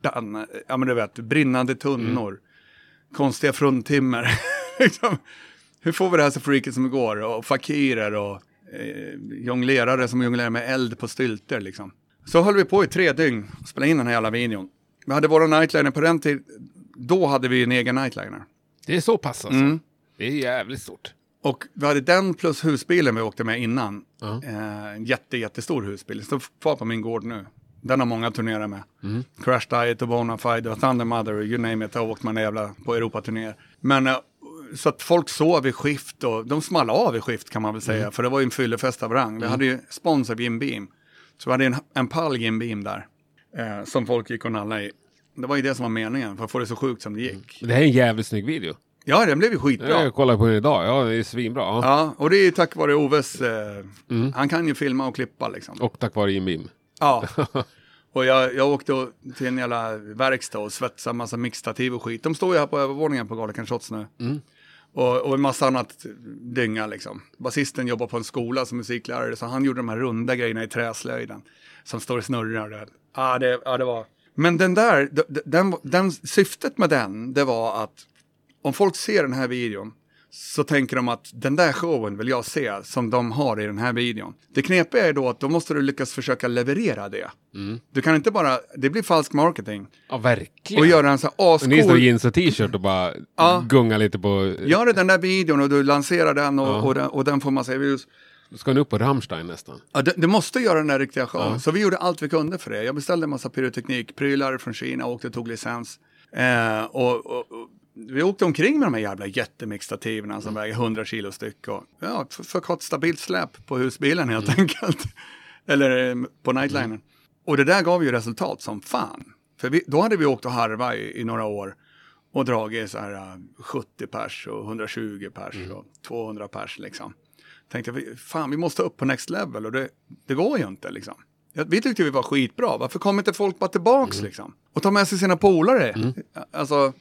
hjärtan, ja men du vet, brinnande tunnor, mm. konstiga fruntimmer. liksom, hur får vi det här så freaket som det går? Och fakirer och eh, jonglerare som jonglerar med eld på stylter liksom. Så höll vi på i tre dygn och spelade in den här jävla videon. Vi hade våra nightliner på den tiden, då hade vi en egen nightliner. Det är så pass alltså. Mm. Det är jävligt stort. Och vi hade den plus husbilen vi åkte med innan. Uh-huh. Eh, en jätte, jättestor husbil. Det står kvar på min gård nu. Den har många turnerat med. Mm. Crash Diet och Bonafide och Thunder Mother och you name it. Jag har åkt med en jävla på Europaturnéer. Men eh, så att folk sov i skift och de small av i skift kan man väl säga. Mm. För det var ju en fyllefest av rang. Mm. Vi hade ju spons av Jim Beam. Så vi hade en, en pall Jim Beam där. Eh, som folk gick och nallade i. Det var ju det som var meningen. För att få det så sjukt som det gick. Mm. Det här är en jävligt snygg video. Ja, den blev ju skitbra. Jag kollar på den idag. Ja, det är svinbra. Ja, ja och det är ju tack vare Oves. Eh, mm. Han kan ju filma och klippa liksom. Och tack vare Jim Beam. Ja. Och jag, jag åkte till en jävla verkstad och svetsade massa mixtativ och skit. De står ju här på övervåningen på Gallican Shots nu. Mm. Och, och en massa annat dynga liksom. Basisten jobbar på en skola som musiklärare. Så han gjorde de här runda grejerna i träslöjden. Som står och snurrar där. Ja, det, ja, det var... Men den där, den, den, den, syftet med den, det var att om folk ser den här videon så tänker de att den där showen vill jag se som de har i den här videon. Det knepiga är då att då måste du lyckas försöka leverera det. Mm. Du kan inte bara, det blir falsk marketing. Ja, verkligen. Och göra en så här ascool... Och ni står i jeans och t-shirt och bara ja. gunga lite på... Gör det den där videon och du lanserar den och, ja. och, den, och den får man se views. Då ska ni upp på Rammstein nästan. Ja, du måste göra den där riktiga showen. Ja. Så vi gjorde allt vi kunde för det. Jag beställde en massa pyroteknik, prylar från Kina och åkte och tog licens. Eh, och... och, och vi åkte omkring med de här jävla jättemixtativerna som mm. väger hundra kilo styck. Och, ja, för, för kort stabilt släp på husbilen helt mm. enkelt. Eller eh, på nightlinen. Mm. Och det där gav ju resultat som fan. För vi, då hade vi åkt och harva i, i några år. Och dragit så här uh, sjuttio pers och hundratjugo pers mm. och tvåhundra pers liksom. Tänkte vi, fan vi måste upp på next level. Och det, det går ju inte liksom. Vi tyckte vi var skitbra. Varför kommer inte folk bara tillbaks mm. liksom? Och ta med sig sina polare. Mm. Alltså...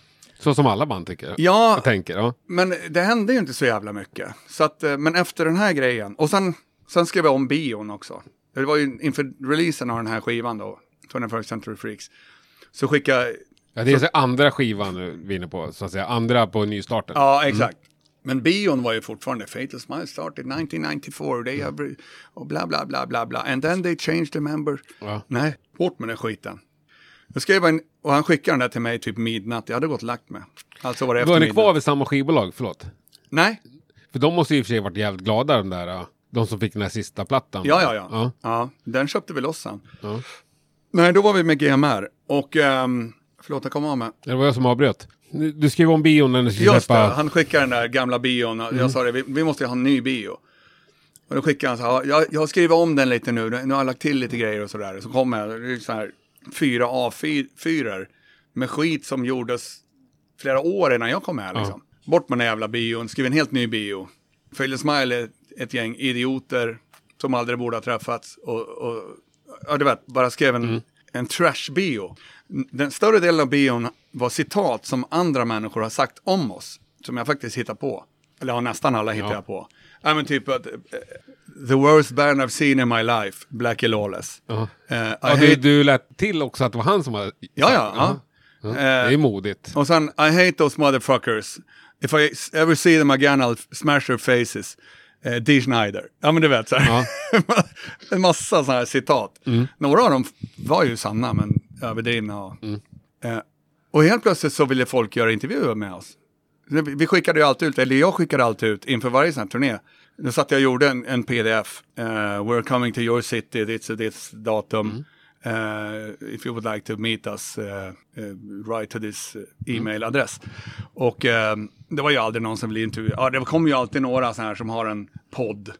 Så som alla band tycker. Ja, jag tänker, ja, men det hände ju inte så jävla mycket. Så att, men efter den här grejen. Och sen, sen skrev jag om bion också. Det var ju inför releasen av den här skivan då. twenty-first Century Freaks. Så skickade... Ja, det är så, så andra skivan du vinner på, så att säga. Andra på nystarten. Ja, exakt. Mm. Men bion var ju fortfarande Fatal Smile started nineteen ninety-four. They have, och bla bla bla bla bla. And then they changed the member. Ja. Nej, bort med den skiten. Jag skrev en, och han skickade den där till mig typ midnatt. Jag hade gått lagt med. Alltså var det efter midnatt. Var ni kvar vid samma skivbolag? Förlåt. Nej. För de måste ju i och för sig varit jävligt glada, de där. De som fick den här sista plattan. Ja, ja, ja. Ja, ja den köpte vi loss sen. Ja. Nej, då var vi med G M R. Och, um, förlåt, jag kom av med. Det var jag som avbröt. Du skrev om bion när du skulle Just släppa... det, han skickade den där gamla bion. Mm. Jag sa det, vi, vi måste ha en ny bio. Och då skickade han så här, jag, jag har skrivit om den lite nu. Nu har jag lagt till lite grejer och sådär. Så kommer jag, det är så här... fyra A fyra med skit som gjordes flera år innan jag kom här liksom. Ja. Bort med den jävla bion, skriv en helt ny bio. Fatal Smile är ett gäng idioter som aldrig borde ha träffats och, och ja, du vet, bara skrev en, mm. en trash bio. Den större delen av bion var citat som andra människor har sagt om oss, som jag faktiskt hittar på. Eller ja, nästan alla hittar ja. jag på. Ja, men typ att uh, the worst band I've seen in my life, Blackie Lawless. Uh-huh. Uh, ja, du, du lät till också att det var han som var... Ja, ja. ja. Uh-huh. Uh, det är modigt. Och sen, I hate those motherfuckers. If I ever see them again, I'll smash their faces. Uh, Dee Schneider. Ja, men du vet så här. Uh-huh. En massa sådana här citat. Mm. Några av dem var ju sanna, men överdrivna. Och, mm. uh, och helt plötsligt så ville folk göra intervjuer med oss. Vi skickade ju alltid ut, eller jag skickade alltid ut inför varje sån här turné. Då satt jag och gjorde en, en P D F. Uh, we're coming to your city, this this datum. Mm. Uh, if you would like to meet us, uh, uh, write to this e-mailadress. Mm. Och uh, det var ju aldrig någon som ville intervjua. Ja, det kommer ju alltid några sådana här som har en podd.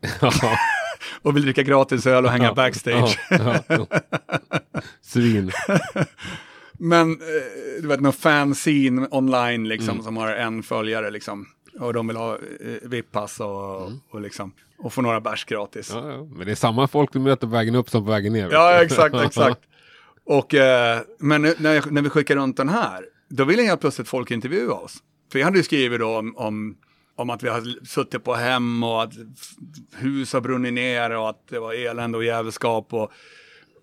Och vill dricka gratis öl och hänga backstage. Svin. Men du vet, någon fanscene online liksom, mm. som har en följare liksom, och de vill ha eh, V I P-pass och, mm. och liksom, och få några bärs gratis. Ja, ja. Men det är samma folk du möter på vägen upp som på vägen ner. Ja, exakt, exakt. Och, eh, men när, jag, när vi skickar runt den här, då ville helt plötsligt folk intervjua oss. För jag hade ju skrivit då om, om, om att vi hade suttit på hem och att hus har brunnit ner och att det var elände och jävelskap och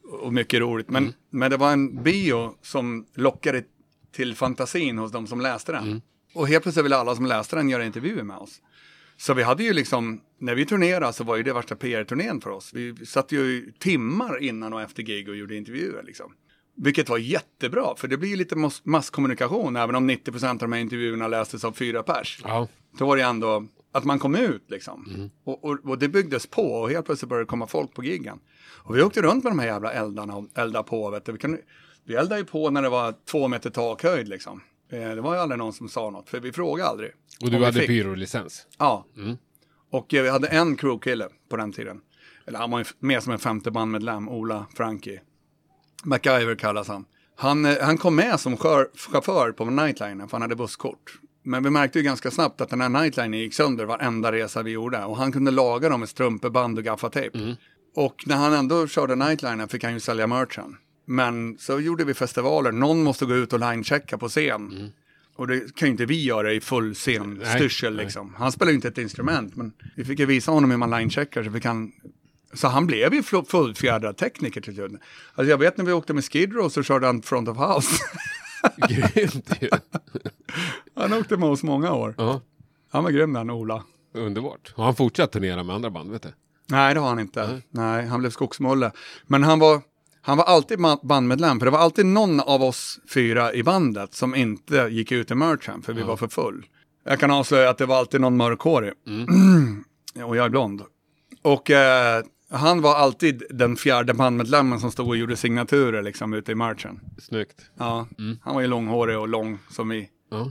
och mycket roligt. Men, mm. men det var en bio som lockade till fantasin hos de som läste den. Mm. Och helt plötsligt ville alla som läste den göra intervjuer med oss. Så vi hade ju liksom, när vi turnerade så var ju det värsta P R-turnén för oss. Vi satt ju timmar innan och efter gig och gjorde intervjuer liksom. Vilket var jättebra, för det blir ju lite mass- masskommunikation, även om nittio procent av de här intervjuerna lästes av fyra pers. Ja. Då var det ändå att man kom ut liksom. Mm. Och, och, och det byggdes på och helt plötsligt började det komma folk på giggen. Och vi åkte runt med de här jävla eldarna och eldade på, vet du. Vi, kunde, vi eldade ju på när det var två meter takhöjd liksom. Eh, det var ju aldrig någon som sa något, för vi frågade aldrig. Och du hade pyrolicens? Ja. Mm. Och eh, vi hade en crewkille på den tiden. Eller han var ju mer som en femte bandmedlem, Ola Frankie. MacGyver kallas han. Han, han kom med som chör, chaufför på Nightliner, för han hade busskort. Men vi märkte ju ganska snabbt att den här Nightliner gick sönder varenda resa vi gjorde. Och han kunde laga dem med strumpeband och gaffatejp. Mm. Och när han ändå körde Nightliner fick han ju sälja merchen. Men så gjorde vi festivaler. Någon måste gå ut och linechecka på scen. Mm. Och det kan ju inte vi göra i full scenstyrsel liksom. Han spelar ju inte ett instrument. Men vi fick ju visa honom hur man linecheckar så vi kan... Så han blev ju fullfjädrad tekniker till slut. Alltså jag vet när vi åkte med Skid Row så körde han front of house. Grymt ju. Han åkte med oss många år. Uh-huh. Han var grym den, Ola. Underbart. Har han fortsatt turnera med andra band, vet du? Nej, det har han inte. Uh-huh. Nej, han blev skogsmulle. Men han var, han var alltid bandmedlem. För det var alltid någon av oss fyra i bandet som inte gick ut i merchen. För vi uh-huh. var för full. Jag kan avslöja att det var alltid någon mörkhårig. Mm. Och jag är blond. Och... Eh, han var alltid den fjärde bandmedlemmen som stod och gjorde signaturer liksom ute i marchen. Snyggt. Ja, mm. Han var ju långhårig och lång som vi. Ja.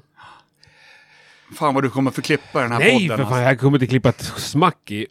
Fan vad du kommer förklippa den här Nej, podden. Nej, för fan, alltså. Jag kommer inte klippa ett smack i.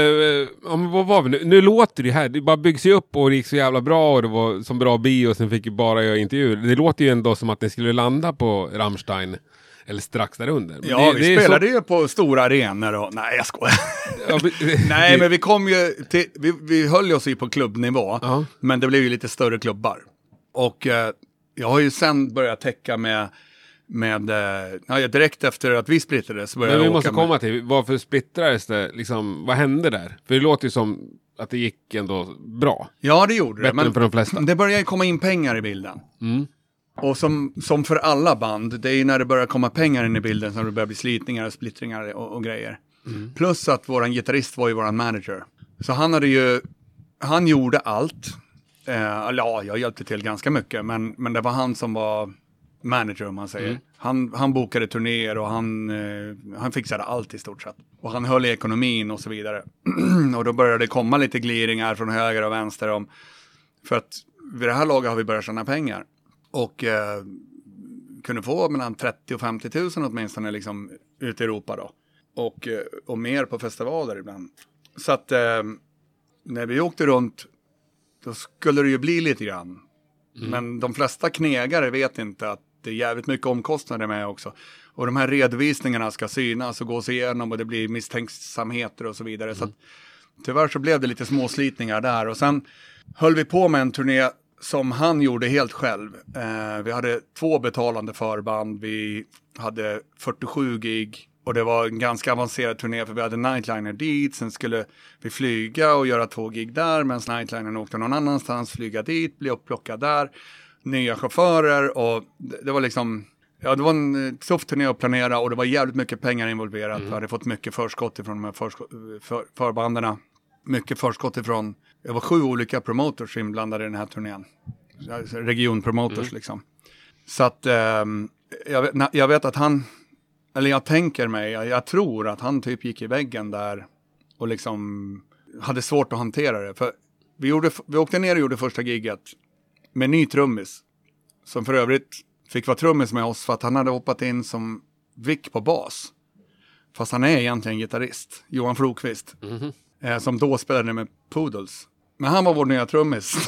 Uh, um, vad var vi nu? Nu låter det här, det bara byggs ju upp och det gick så jävla bra och det var som bra bio och sen fick ju bara göra intervjuer. Det låter ju ändå som att det skulle landa på Rammstein. Eller strax där under. Men ja, det, vi det spelade så... ju på stora arenor och... Nej, jag skojar. Ja, men... Nej, men vi kom ju... Till... Vi, vi höll oss ju på klubbnivå. Uh-huh. Men det blev ju lite större klubbar. Och eh, jag har ju sen börjat täcka med... med eh, ja, direkt efter att vi splittrades. Men vi måste komma med... till, varför splittrades det? Liksom, vad hände där? För det låter ju som att det gick ändå bra. Ja, det gjorde Bättre det. Men för de flesta. Det började ju komma in pengar i bilden. Mm. Och som, som för alla band, det är ju när det börjar komma pengar in i bilden som det börjar bli slitningar och splittringar och, och grejer. Mm. Plus att våran gitarrist var ju våran manager. Så han hade ju, han gjorde allt. Eh, ja, jag hjälpte till ganska mycket, men, men det var han som var manager om man säger. Mm. Han, han bokade turnéer och han, eh, han fixade allt i stort sett. Och han höll i ekonomin och så vidare. Och då började det komma lite gliringar från höger och vänster om, för att vid det här laget har vi börjat tjäna pengar. Och eh, kunde få mellan trettio och femtio tusen åtminstone liksom ute i Europa då. Och, eh, och mer på festivaler ibland. Så att eh, när vi åkte runt då skulle det ju bli lite grann. Mm. Men de flesta knegare vet inte att det är jävligt mycket omkostnader med också. Och de här redovisningarna ska synas och gås igenom och det blir misstänksamheter och så vidare. Mm. Så att, tyvärr så blev det lite småslitningar där. Och sen höll vi på med en turné som han gjorde helt själv. Eh, vi hade två betalande förband. Vi hade fyrtiosju gig. Och det var en ganska avancerad turné för vi hade Nightliner dit. Sen skulle vi flyga och göra två gig där. Men Nightliner åkte någon annanstans, flyga dit, bli upplockad där. Nya chaufförer och det, det var liksom... Ja, det var en tuff turné att planera och det var jävligt mycket pengar involverat. Mm. Vi hade fått mycket förskott ifrån de här försko- för, förbanderna. Mycket förskott ifrån... Det var sju olika promoters inblandade i den här turnén. Regionpromoters mm. liksom. Så att eh, jag, vet, jag vet att han... Eller jag tänker mig, jag, jag tror att han typ gick i väggen där. Och liksom hade svårt att hantera det. För vi, gjorde, vi åkte ner och gjorde första gigget med ny trummis. Som för övrigt fick vara trummis med oss för att han hade hoppat in som vick på bas. Fast han är egentligen gitarrist. Johan Flokvist. Mm-hmm. Eh, som då spelade med Poodles. Men han var vår nya trummis.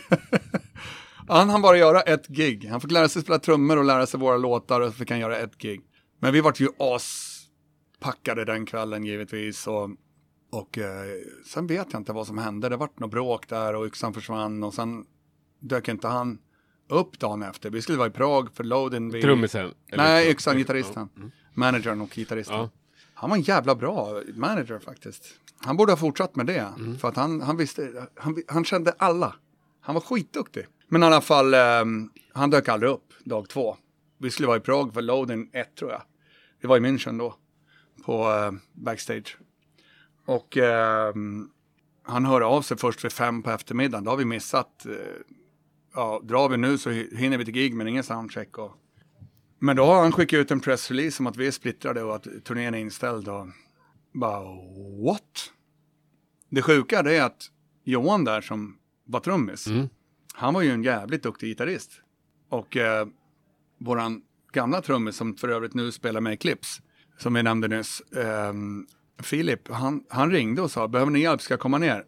han hann bara göra ett gig. Han fick lära sig spela trummor och lära sig våra låtar. Och så fick han göra ett gig. Men vi var ju aspackade den kvällen givetvis. Och, och eh, sen vet jag inte vad som hände. Det var något bråk där och yxan försvann. Och sen dök inte han upp dagen efter. Vi skulle vara i Prag för Loading. Vi... Trummisen? Nej, yxan, gitarristen. Ja. Mm. Managern och gitarristen. Ja. Han var en jävla bra manager faktiskt. Han borde ha fortsatt med det. Mm. För att han, han visste, han, han kände alla. Han var skitduktig. Men i alla fall, eh, han dök aldrig upp dag två. Vi skulle vara i Prag för Loading ett tror jag. Det var i München då. På eh, backstage. Och eh, han hörde av sig först vid fem på eftermiddagen. Då har vi missat. Eh, ja, drar vi nu så hinner vi till gig men ingen soundcheck. Och... Men då har han skickat ut en pressrelease om att vi är splittrade och att turnén är inställd. Och bara, what? Det sjuka det är att Johan där som var trummis. Mm. Han var ju en jävligt duktig gitarrist. Och eh, våran gamla trummis som för övrigt nu spelar med Eclipse. Som vi nämnde nyss. Eh, Filip, han, han ringde och sa, behöver ni hjälp, ska jag komma ner?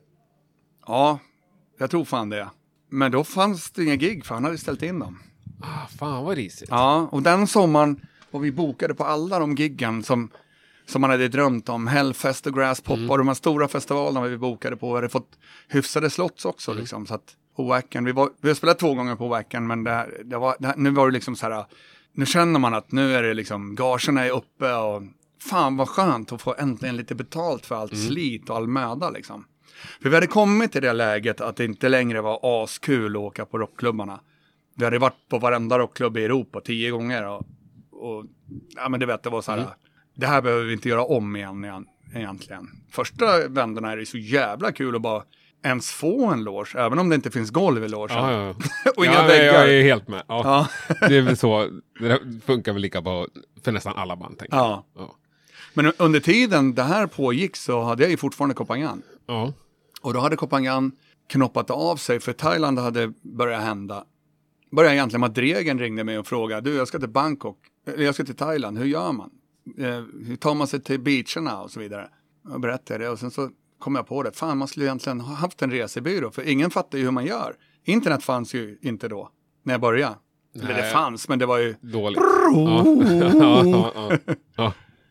Ja, jag tror fan det. Men då fanns det inga gig för han hade ställt in dem. Ah, fan vad risigt. Ja, och den sommaren var vi bokade på alla de giggen som, som man hade drömt om. Hellfest och Grasspop mm. och de här stora festivalerna vi bokade på. Vi hade fått hyfsade slots också mm. liksom. Så att på Wacken, vi, var, vi har spelat två gånger på Wacken men det, det var, det, nu var det liksom så här, nu känner man att nu är det liksom, gagerna är uppe och fan vad skönt att få äntligen lite betalt för allt mm. slit och all möda liksom. För vi hade kommit till det läget att det inte längre var askul att åka på rockklubbarna. Vi hade varit på varenda rockklubb i Europa tio gånger och, och ja men du vet det var så här, mm. det här behöver vi inte göra om igen, igen egentligen. Första vändarna är det så jävla kul att bara ens få en loge, även om det inte finns golv i logen. Ja, ja. och inga ja, väggar. Jag är helt med. Ja. Ja. Det är väl så, det funkar väl lika bra för nästan alla band, tänker jag. Ja. ja. Men under tiden det här pågick så hade jag ju fortfarande Kopangan. Ja. Och då hade Kopangan knoppat av sig, för Thailand hade börjat hända. Började egentligen med att Dregen ringde mig och frågade, du jag ska till Bangkok, eller jag ska till Thailand, hur gör man? Eh, hur tar man sig till beacherna och så vidare? Jag berättade det och sen så kom jag på det. Fan, man skulle egentligen ha haft en resebyrå. För ingen fattar ju hur man gör. Internet fanns ju inte då. När jag började. Nej. Eller det fanns, men det var ju... Dåligt. Ja. ja, ja, ja.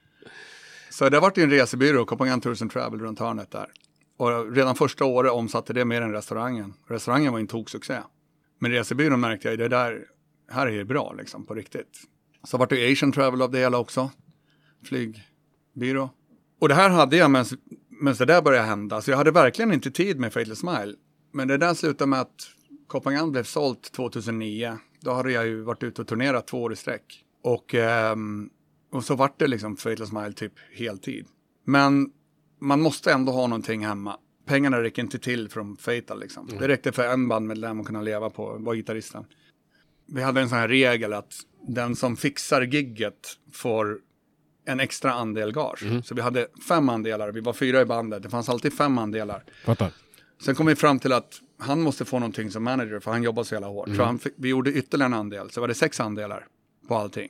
Så det har varit en resebyrå. Kopangan Tours and Travel runt hörnet där. Och redan första året omsatte det mer än restaurangen. Restaurangen var en toksuccé. Men resebyrån märkte jag, det där... Här är det bra liksom, på riktigt. Så var det Asian Travel av det hela också. Flygbyrå. Och det här hade jag med... Men så där började hända. Så jag hade verkligen inte tid med Fatal Smile. Men det där slutade med att Kopangan blev sålt tjugohundranio. Då hade jag ju varit ute och turnerat två år i sträck. Och, um, och så var det liksom Fatal Smile typ heltid. Men man måste ändå ha någonting hemma. Pengarna räcker inte till från Fatal liksom. Mm. Det räckte för en bandmedlem att kunna leva på, var gitarristen. Vi hade en sån här regel att den som fixar gigget får en extra andel gage. Mm. Så vi hade fem andelar. Vi var fyra i bandet. Det fanns alltid fem andelar. Fattar. Sen kom vi fram till att han måste få någonting som manager. För han jobbar så jävla hårt. Mm. Så han fick, vi gjorde ytterligare en andel. Så var det sex andelar på allting.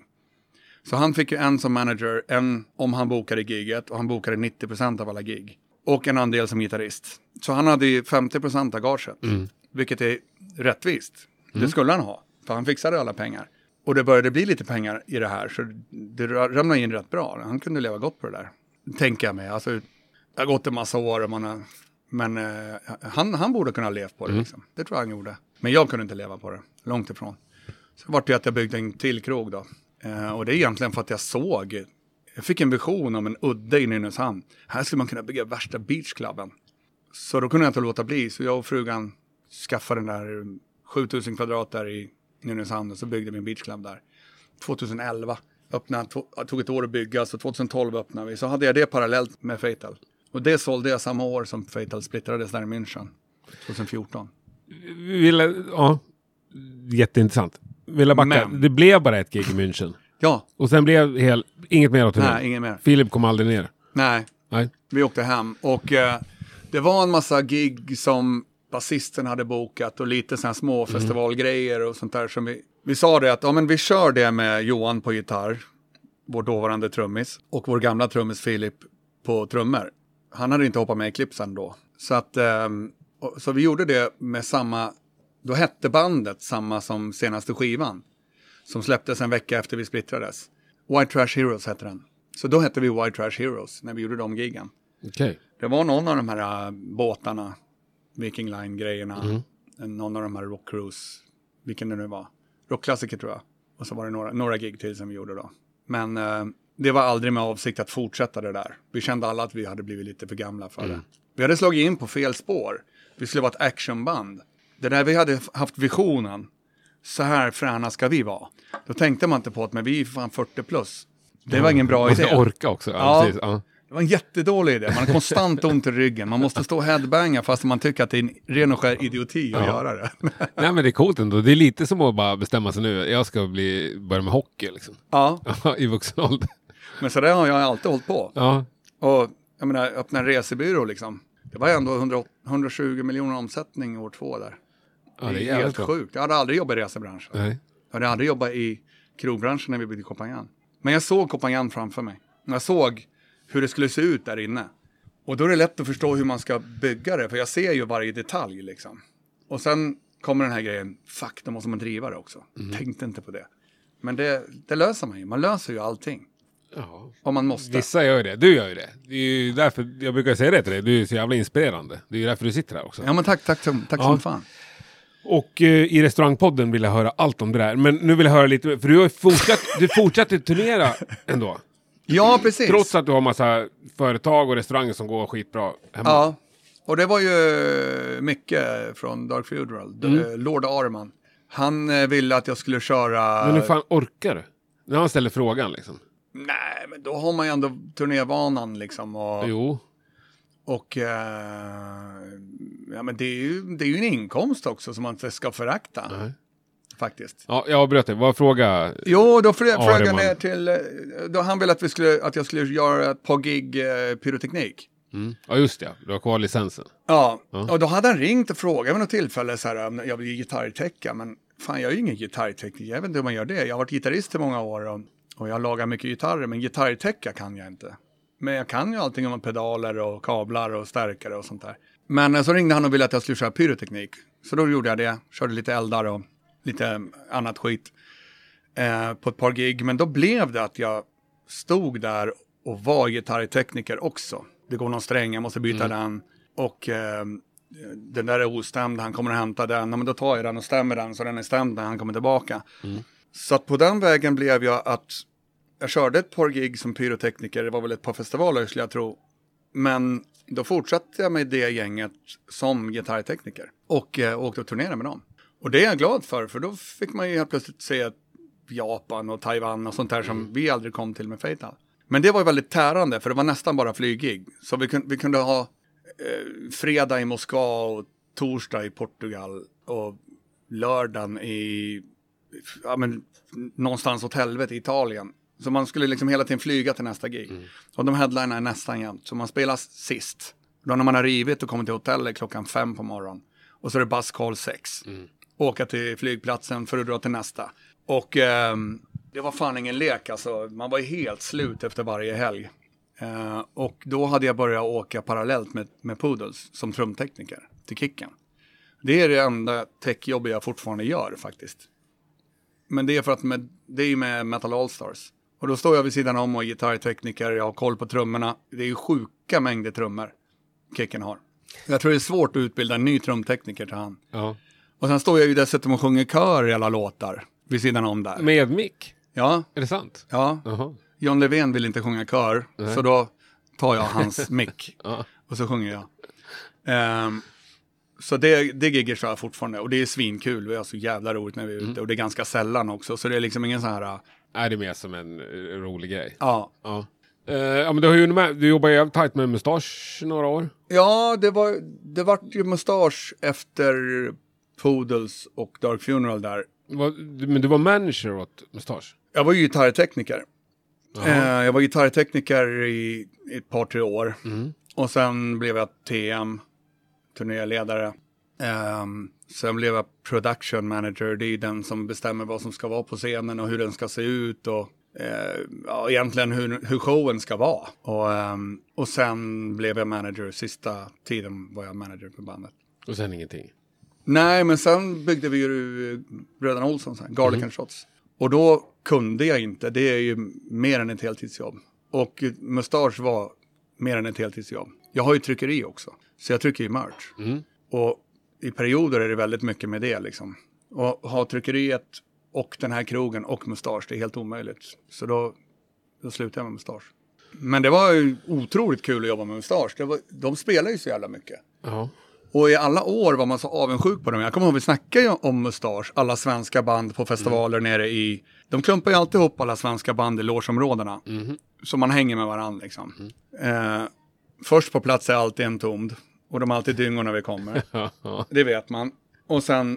Så han fick ju en som manager. En om han bokade giget. Och han bokade nittio procent av alla gig. Och en andel som gitarrist. Så han hade ju femtio procent av gaget. Mm. Vilket är rättvist. Mm. Det skulle han ha. För han fixade alla pengar. Och det började bli lite pengar i det här. Så det ramlade in rätt bra. Han kunde leva gott på det där. Tänker jag mig. Alltså, det har gått en massa år. Och man har, men eh, han, han borde kunna leva på det. Mm. Liksom. Det tror jag han gjorde. Men jag kunde inte leva på det. Långt ifrån. Så var det att jag byggde en till krog då. Eh, och det är egentligen för att jag såg. Jag fick en vision om en udde i Nynäshamn. Här skulle man kunna bygga värsta beachklubben. Så då kunde jag inte låta bli. Så jag och frugan skaffade den där sjutusen kvadrat där i Nynäshamn, och så byggde vi en beachclub där. tjugoelva öppnade, to- tog ett år att bygga, så tjugotolv öppnade vi. Så hade jag det parallellt med Fatal. Och det sålde jag samma år som Fatal splittrades där i München. tjugofjorton. Vill, ja, jätteintressant. Vill jag backa? Men, det blev bara ett gig i München. Ja. Och sen blev hel, inget mer åt Nej, inget mer. Filip kom aldrig ner. Nej. Nej. Vi åkte hem. Och eh, det var en massa gig som basisten hade bokat och lite sådana små mm. festivalgrejer och sånt där som vi, vi sa det att ja, men vi kör det med Johan på gitarr, vår dåvarande trummis, och vår gamla trummis Filip på trummor. Han hade inte hoppat med i Eclipsen då. Så att um, och, så vi gjorde det med samma, då hette bandet samma som senaste skivan som släpptes en vecka efter vi splittrades. White Trash Heroes hette den. Så då hette vi White Trash Heroes när vi gjorde de giggen. Okay. Det var någon av de här uh, båtarna, Viking Line-grejerna. Mm. Någon av de här Rock Cruise. Vilken det nu var. Rockklassiker tror jag. Och så var det några, några gig till som vi gjorde då. Men eh, det var aldrig med avsikt att fortsätta det där. Vi kände alla att vi hade blivit lite för gamla för mm. det. Vi hade slagit in på fel spår. Vi skulle vara ett actionband. Det där vi hade haft visionen. Så här fräna ska vi vara. Då tänkte man inte på att men vi är fan fyrtio plus. Det var ingen bra man ska idé. orka också. Ja, Ja. Precis. Ja. Det var en jättedålig idé. Man har konstant ont i ryggen. Man måste stå och headbanga fast man tycker att det är en ren och skär idioti att Ja. göra det. Nej, men det är coolt ändå. Det är lite som att bara bestämma sig nu. Jag ska bli, börja med hockey liksom. Ja, I vuxen ålder. men så där har jag alltid hållit på. Ja. Och jag menar, öppna en resebyrå liksom. Det var ändå hundra, hundratjugo miljoner omsättning år två där. Ja, det det är är jävligt helt bra. sjukt. Jag hade aldrig jobbat i resebranschen. Nej. Jag hade aldrig jobbat i krogbranschen när vi byggde Kopangan. Men jag såg Kopangan framför mig. Jag såg hur det skulle se ut där inne. Och då är det lätt att förstå hur man ska bygga det. För jag ser ju varje detalj liksom. Och sen kommer den här grejen. Fuck, då måste man driva det också. Mm. Tänkte inte på det. Men det, det löser man ju. Man löser ju allting. Ja. Om man måste. Vissa gör ju det. Du gör ju det. Det är ju därför jag brukar säga det till dig. Du är så jävla inspirerande. Det är ju därför du sitter här också. Ja men tack, tack, tack, tack Ja. som fan. Och eh, i restaurangpodden vill jag höra allt om det där. Men nu vill jag höra lite, för du har ju fortsatt, du fortsätter turnera ändå. Ja, precis. Trots att du har massa företag och restauranger som går skitbra hemma. Ja, och det var ju Micke från Dark Funeral, mm. Lord Arman. Han eh, ville att jag skulle köra... Men hur fan orkar du? När han ställer frågan liksom. Nej, men då har man ju ändå turnévanan liksom. Och, Jo. och eh, ja, men det är, ju, det är ju en inkomst också som man inte ska förakta. Nej. Faktiskt. Ja, jag avbröt dig. Vad fråga? Jo, då frö- Ja, frågade det jag man- ner till... eh, Då han ville att, vi skulle, att jag skulle göra ett par gig eh, pyroteknik. Mm. Ja, just det. Du har kvar licensen. Ja, Ja. och då hade han ringt och frågat vid något tillfälle så här, om jag vill gitarrtäcka, men fan jag är ju ingen gitarrtekniker, jag vet inte hur man gör det. Jag har varit gitarrist i många år och, och jag lagar mycket gitarrer, men gitarrtäcka kan jag inte. Men jag kan ju allting om pedaler och kablar och stärkare och sånt där. Men eh, så ringde han och ville att jag skulle köra pyroteknik. Så då gjorde jag det, körde lite eldar och lite annat skit eh, på ett par gig. Men då blev det att jag stod där och var gitarrtekniker också. Det går någon sträng, jag måste byta Mm. den. Och eh, den där är ostämd, han kommer att hämta den. Ja, men då tar jag den och stämmer den så den är stämd när han kommer tillbaka. Mm. Så att på den vägen blev jag att jag körde ett par gig som pyrotekniker. Det var väl ett par festivaler skulle jag tro. Men då fortsatte jag med det gänget som gitarrtekniker. Och eh, åkte och turnerade med dem. Och det är jag glad för, för då fick man ju helt plötsligt se Japan och Taiwan och sånt där som Mm. vi aldrig kom till med Fatal. Men det var ju väldigt tärande, för det var nästan bara flyggig. Så vi, kun, vi kunde ha eh, fredag i Moskva och torsdag i Portugal och lördagen i ja, men, någonstans åt helvete i Italien. Så man skulle liksom hela tiden flyga till nästa gig. Mm. Och de headlinerna är nästan jämt. Så man spelar sist. Då när man har rivit och kommer till hotellet klockan fem på morgonen. Och så är det bus call sex. Mm. Åka till flygplatsen för att dra till nästa. Och ehm, det var fan ingen lek alltså. Man var ju helt slut efter varje helg. Eh, och då hade jag börjat åka parallellt med, med Poodles som trumtekniker till Kicken. Det är det enda techjobb jag fortfarande gör faktiskt. Men det är för att med, det är ju med Metal All-Stars. Och då står jag vid sidan om och är gitarrtekniker, jag har koll på trummorna. Det är ju sjuka mängder trummor Kicken har. Jag tror det är svårt att utbilda en ny trumtekniker till han. Ja. Och sen står jag ju dessutom och sjunger kör i alla låtar vid sidan om där. Med mick? Ja, Är det sant? ja. Jaha. John Levén vill inte sjunga kör, Nej. så då tar jag hans mick Ja. och så sjunger jag. Ehm, så det, det gigger så jag fortfarande, och det är svinkul, vi har så jävla roligt när vi är ute, Mm. och det är ganska sällan också, så det är liksom ingen sån här, Är det mer som en eh, rolig grej? ja. Ja. Eh, ja, men du har ju med, du jobbar ju tajt med Mustasch några år. Ja, det var, det var ju Mustasch efter Poodles och Dark Funeral där. Var, men du var manager åt Mustasch? Jag var ju gitarrtekniker. Jaha. Eh, jag var gitarrtekniker i, i ett par, tre år. Mm. Och sen blev jag T M, turnéledare. Ehm, sen blev jag production manager. Det är den som bestämmer vad som ska vara på scenen och hur den ska se ut. Och eh, ja, egentligen hur, hur showen ska vara. Och, ehm, och sen blev jag manager. Sista tiden var jag manager på bandet. Och sen ingenting? Nej, men sen byggde vi ju Bröderna Olsson, så här, Garlic Mm. and Shots. Och då kunde jag inte. Det är ju mer än ett heltidsjobb. Och Mustasch var mer än ett heltidsjobb. Jag har ju tryckeri också. Så jag trycker ju merch. Mm. Och i perioder är det väldigt mycket med det liksom. Och ha tryckeriet och den här krogen och Mustasch, det är helt omöjligt. Så då, då slutade jag med Mustasch. Men det var ju otroligt kul att jobba med Mustasch. Det var, de spelar ju så jävla mycket. Ja. Och i alla år var man så avundsjuk på dem. Jag kommer ihåg, vi snackade ju om Mustasch, alla svenska band på festivaler mm. nere i... De klumpar ju alltid ihop alla svenska band i logeområdena. Mm. Så man hänger med varandra liksom. Mm. Eh, först på plats är alltid en tomd. Och de är alltid dyngor när vi kommer. Det vet man. Och sen,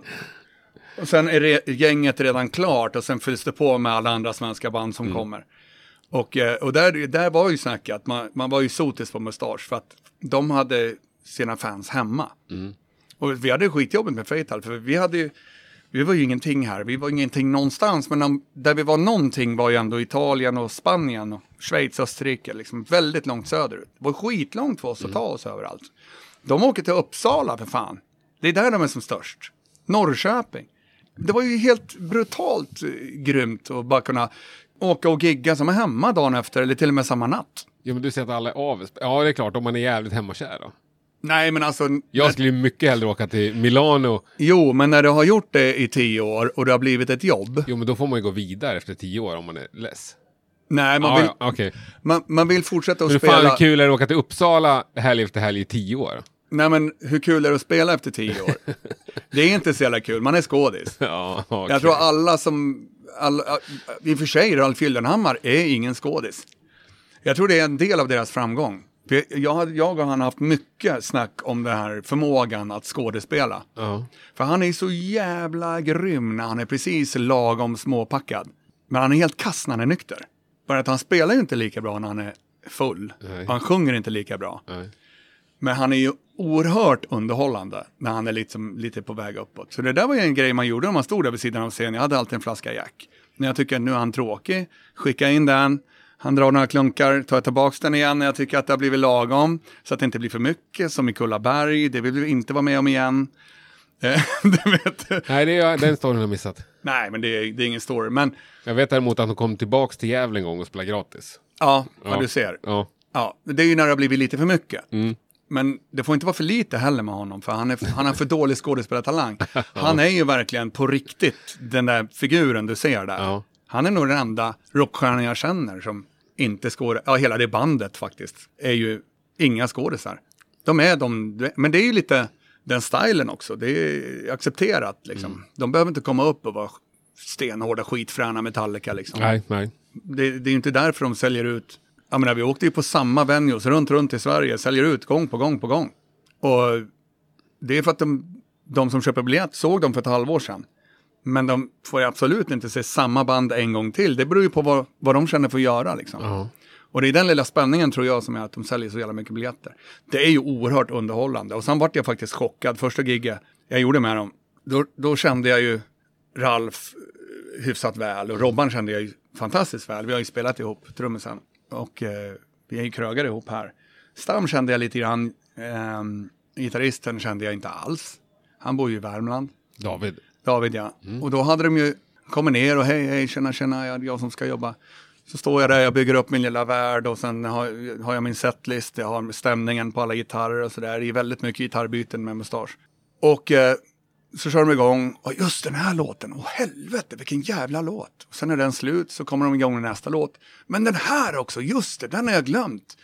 och sen är re, gänget redan klart. Och sen fylls det på med alla andra svenska band som mm. kommer. Och, och där, där var ju snackat. Man, man var ju sotis på Mustasch. För att de hade sina fans hemma. Mm. Och vi hade skitjobbet med Fatal. För vi hade ju... Vi var ju ingenting här. Vi var ingenting någonstans. Men de, där vi var någonting var ju ändå Italien och Spanien och Schweiz och Österrike. Liksom väldigt långt söderut. Det var skitlångt för oss mm. att ta oss överallt. De åker till Uppsala för fan. Det är där de är som störst. Norrköping. Det var ju helt brutalt grymt att bara kunna åka och gigga som är hemma dagen efter. Eller till och med samma natt. Jo, men du säger att alla är av. Ja, det är klart. Om man är jävligt hemmakär då. Nej, men alltså... Jag skulle ju mycket hellre åka till Milano. Jo, men när du har gjort det i tio år och det har blivit ett jobb... Jo, men då får man ju gå vidare efter tio år om man är less. Nej, man, ah, vill, ja, okay. man, man vill fortsätta att hur spela... Hur fan kul är det att åka till Uppsala helg efter helg i tio år? Nej, men hur kul är det att spela efter tio år? Det är inte så jävla kul, man är skådis. Ja, okay. Jag tror alla som... Alla, i och för sig, Ralf Gyllenhammar är ingen skådis. Jag tror det är en del av deras framgång. Jag, jag och han har haft mycket snack om den här förmågan att skådespela. Uh-huh. För han är så jävla grym när han är precis lagom småpackad. Men han är helt kass när han är nykter. Bara att han spelar ju inte lika bra när han är full. Nej. Han sjunger inte lika bra. Nej. Men han är ju oerhört underhållande när han är liksom lite på väg uppåt. Så det där var ju en grej man gjorde när man stod där vid sidan av scenen. Jag hade alltid en flaska Jack. När jag tycker att nu är han tråkig, skicka in den. Han drar några klunkar, tar tillbaka den igen när jag tycker att det har blivit lagom. Så att det inte blir för mycket, som i Kullaberg. Det vill vi inte vara med om igen. Du vet. Nej, det är, den storyn har jag missat. Nej, men det är, det är ingen story. Men... Jag vet däremot att han kom tillbaka till Gävle en gång och spelade gratis. Ja, ja. Vad du ser. Ja. Ja, det är ju när det har blivit lite för mycket. Mm. Men det får inte vara för lite heller med honom. För han, är, han har för dålig skådespelartalang. Han är ju verkligen på riktigt den där figuren du ser där. Ja. Han är nog den enda rockstjärnan jag känner som inte skådar. Ja, hela det bandet faktiskt är ju inga skådisar. De är de, men det är ju lite den stilen också. Det är accepterat liksom. Mm. De behöver inte komma upp och vara stenhårda skitfräna Metallica liksom. Nej, nej. Det, det är ju inte därför de säljer ut. Jag menar, vi åkte ju på samma venues runt, runt i Sverige. Säljer ut gång på gång på gång. Och det är för att de, de som köper biljett såg dem för ett halvår sedan. Men de får ju absolut inte se samma band en gång till. Det beror ju på vad, vad de känner för att göra liksom. Uh-huh. Och det är den lilla spänningen tror jag som är att de säljer så jävla mycket biljetter. Det är ju oerhört underhållande. Och sen vart jag faktiskt chockad. Första gigget jag gjorde med dem. Då, då kände jag ju Ralf hyfsat väl. Och Robban kände jag ju fantastiskt väl. Vi har ju spelat ihop trummisen. Och eh, vi är ju krögare ihop här. Stam kände jag lite grann. Eh, gitarristen kände jag inte alls. Han bor ju i Värmland. David. David, ja. Mm. Och då hade de ju kommit ner och hej, hej, tjena, tjena, jag, jag som ska jobba. Så står jag där, jag bygger upp min lilla värld och sen har, har jag min setlist. Jag har stämningen på alla gitarrer och sådär. Det är väldigt mycket gitarrbyten med Mustasch. Och eh, så kör de igång. Och just den här låten, åh helvete, vilken jävla låt. Och sen är den slut så kommer de igång med nästa låt. Men den här också, just det, den har jag glömt.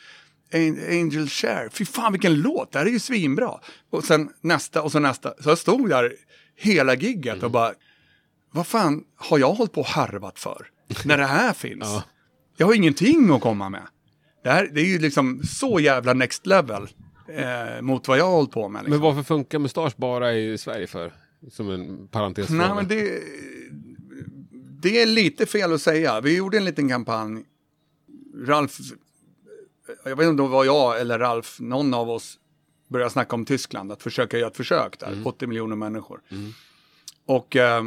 Angel Share, fy fan vilken låt, det här är ju svinbra. Och sen nästa och så nästa. Så jag stod där hela gigget mm. och bara, vad fan har jag hållit på och harvat för? När det här finns. Ja. Jag har ingenting att komma med. Det, här, det är ju liksom så jävla next level eh, mot vad jag har hållit på med. Liksom. Men varför funkar Mustasch bara i Sverige för? Som en parentes. Nej, men det, det är lite fel att säga. Vi gjorde en liten kampanj. Ralf, jag vet inte om det var jag eller Ralf, någon av oss började snacka om Tyskland. Att försöka göra ett försök där. Mm. åttio miljoner människor. Mm. Och eh,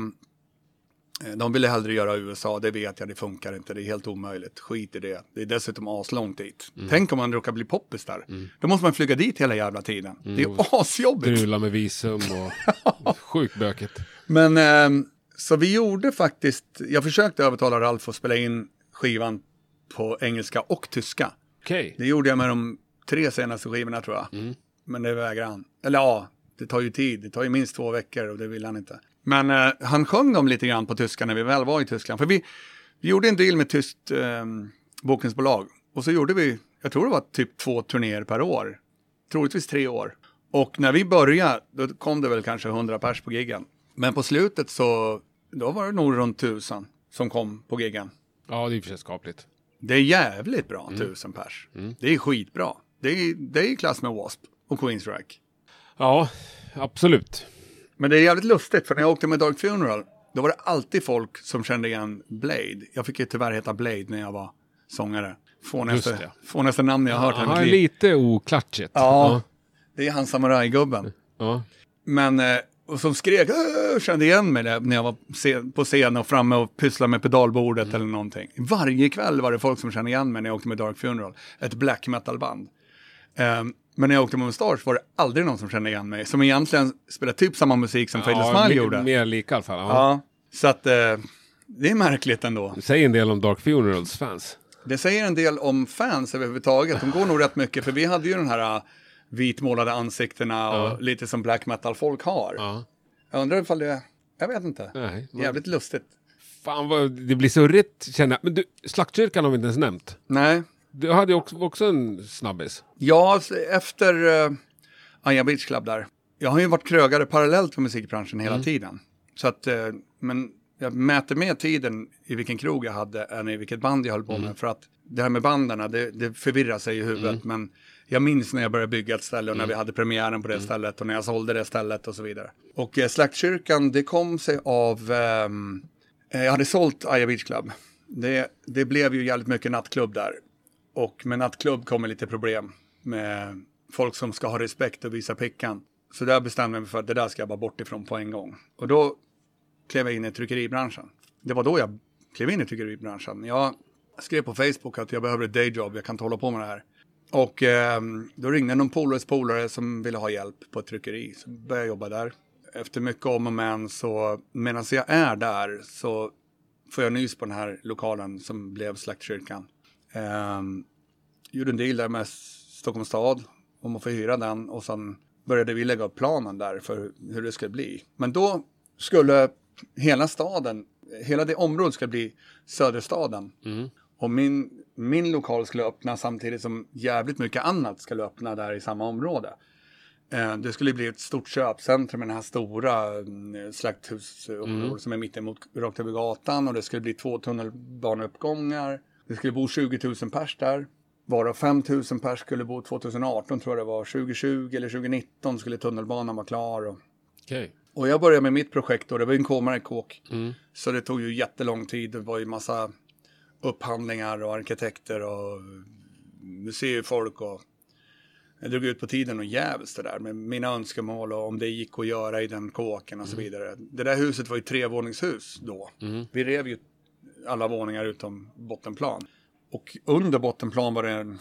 de ville hellre göra U S A. Det vet jag, det funkar inte. Det är helt omöjligt. Skit i det. Det är dessutom aslångt dit. Mm. Tänk om man råkar bli poppis där. Mm. Då måste man flyga dit hela jävla tiden. Mm. Det är asjobbigt. Drula med visum och sjukt böket. Men eh, så vi gjorde faktiskt, jag försökte övertala Ralf att spela in skivan på engelska och tyska. Okay. Det gjorde jag med de tre senaste skivorna tror jag. Mm. Men det vägrar han. Eller ja, det tar ju tid. Det tar ju minst två veckor och det vill han inte. Men eh, han sjöng dem lite grann på tyska när vi väl var i Tyskland. För vi, vi gjorde en deal med tyskt eh, bokningsbolag. Och så gjorde vi, jag tror det var typ två turnéer per år. Troligtvis tre år. Och när vi började, då kom det väl kanske hundra pers på giggen. Men på slutet så, då var det nog runt tusen som kom på giggen. Ja, det är för skapligt. Det är jävligt bra, Mm. tusen pers. Mm. Det är skitbra. Det är, det är i klass med W A S P och Queensryche. Ja, absolut. Men det är jävligt lustigt, för när jag åkte med Dark Funeral, då var det alltid folk som kände igen Blade. Jag fick ju tyvärr heta Blade när jag var sångare. Fånigaste, fånigaste namn jag har hört. Ja, han är lite oklatschigt. Ja, ja, det är han samurajgubben. Ja. Men, eh, och som skrek, äh, kände igen mig där, när jag var på scen och framme och pysslade med pedalbordet mm. eller någonting. Varje kväll var det folk som kände igen mig när jag åkte med Dark Funeral. Ett black metal-band. Um, men när jag åkte med Mustache var det aldrig någon som kände igen mig. Som egentligen spelade typ samma musik som Fadeless ja, Smile mer, gjorde. Mer lika i alla fall. Ja. Ja, så att uh, det är märkligt ändå. Säg en del om Dark Funerals fans. Det säger en del om fans överhuvudtaget. De går nog rätt mycket, för vi hade ju den här uh, vitmålade ansiktena och ja. lite som black metal-folk har. Ja. Jag undrar ifall det, jag vet inte. Nej, men... Jävligt lustigt. Fan vad, det blir så rätt känner jag. Men du, Slaktkyrkan har vi inte ens nämnt. Nej. Du hade ju också, också en snabbis. Ja, efter uh, Anja Beach Club där. Jag har ju varit krögare parallellt med musikbranschen hela mm. tiden. Så att, uh, men jag mäter med tiden i vilken krog jag hade än i vilket band jag höll på med. Mm. För att det här med bandarna, det, det förvirrar sig i huvudet. Mm. Men jag minns när jag började bygga ett ställe och när mm. vi hade premiären på det mm. stället och när jag sålde det stället och så vidare. Och uh, Slaktkyrkan, det kom sig av... Um, jag hade sålt Aya Beach Club. Det, det blev ju jävligt mycket nattklubb där. Och med nattklubb kommer lite problem med folk som ska ha respekt och visa pickan. Så där bestämde jag mig för att det där ska jag bara bort ifrån på en gång. Och då klev jag in i tryckeribranschen. Det var då jag klev in i tryckeribranschen. Jag skrev på Facebook att jag behöver ett dayjob, jag kan inte hålla på med det här. Och eh, då ringde någon polares polare som ville ha hjälp på ett tryckeri. Så började jag jobba där. Efter mycket om och men så medan jag är där så får jag nys på den här lokalen som blev Slaktkyrkan. Um, gjorde en deal där med Stockholms stad om att få hyra den och sen började vi lägga upp planen där för hur det skulle bli. Men då skulle hela staden, hela det området ska bli Söderstaden. Mm. Och min, min lokal skulle öppna samtidigt som jävligt mycket annat skulle öppna där i samma område. Uh, det skulle bli ett stort köpcentrum med den här stora uh, slakthusområdet mm. som är mitt emot rakt över gatan och det skulle bli två tunnelbaneuppgångar. Det skulle bo tjugo tusen pers där. Varav fem tusen pers skulle bo tjugoarton tror jag det var. tjugo tjugo eller tjugo nitton skulle tunnelbanan vara klar. Och, okay. och jag började med mitt projekt och det var en K-markkåk. Mm. Så det tog ju jättelång tid. Det var ju massa upphandlingar och arkitekter och museifolk. Och jag drog ut på tiden och jävligt det där med mina önskemål och om det gick att göra i den kåken och så vidare. Mm. Det där huset var ju trevåningshus då. Mm. Vi rev ju alla våningar utom bottenplan. Och under bottenplan var det en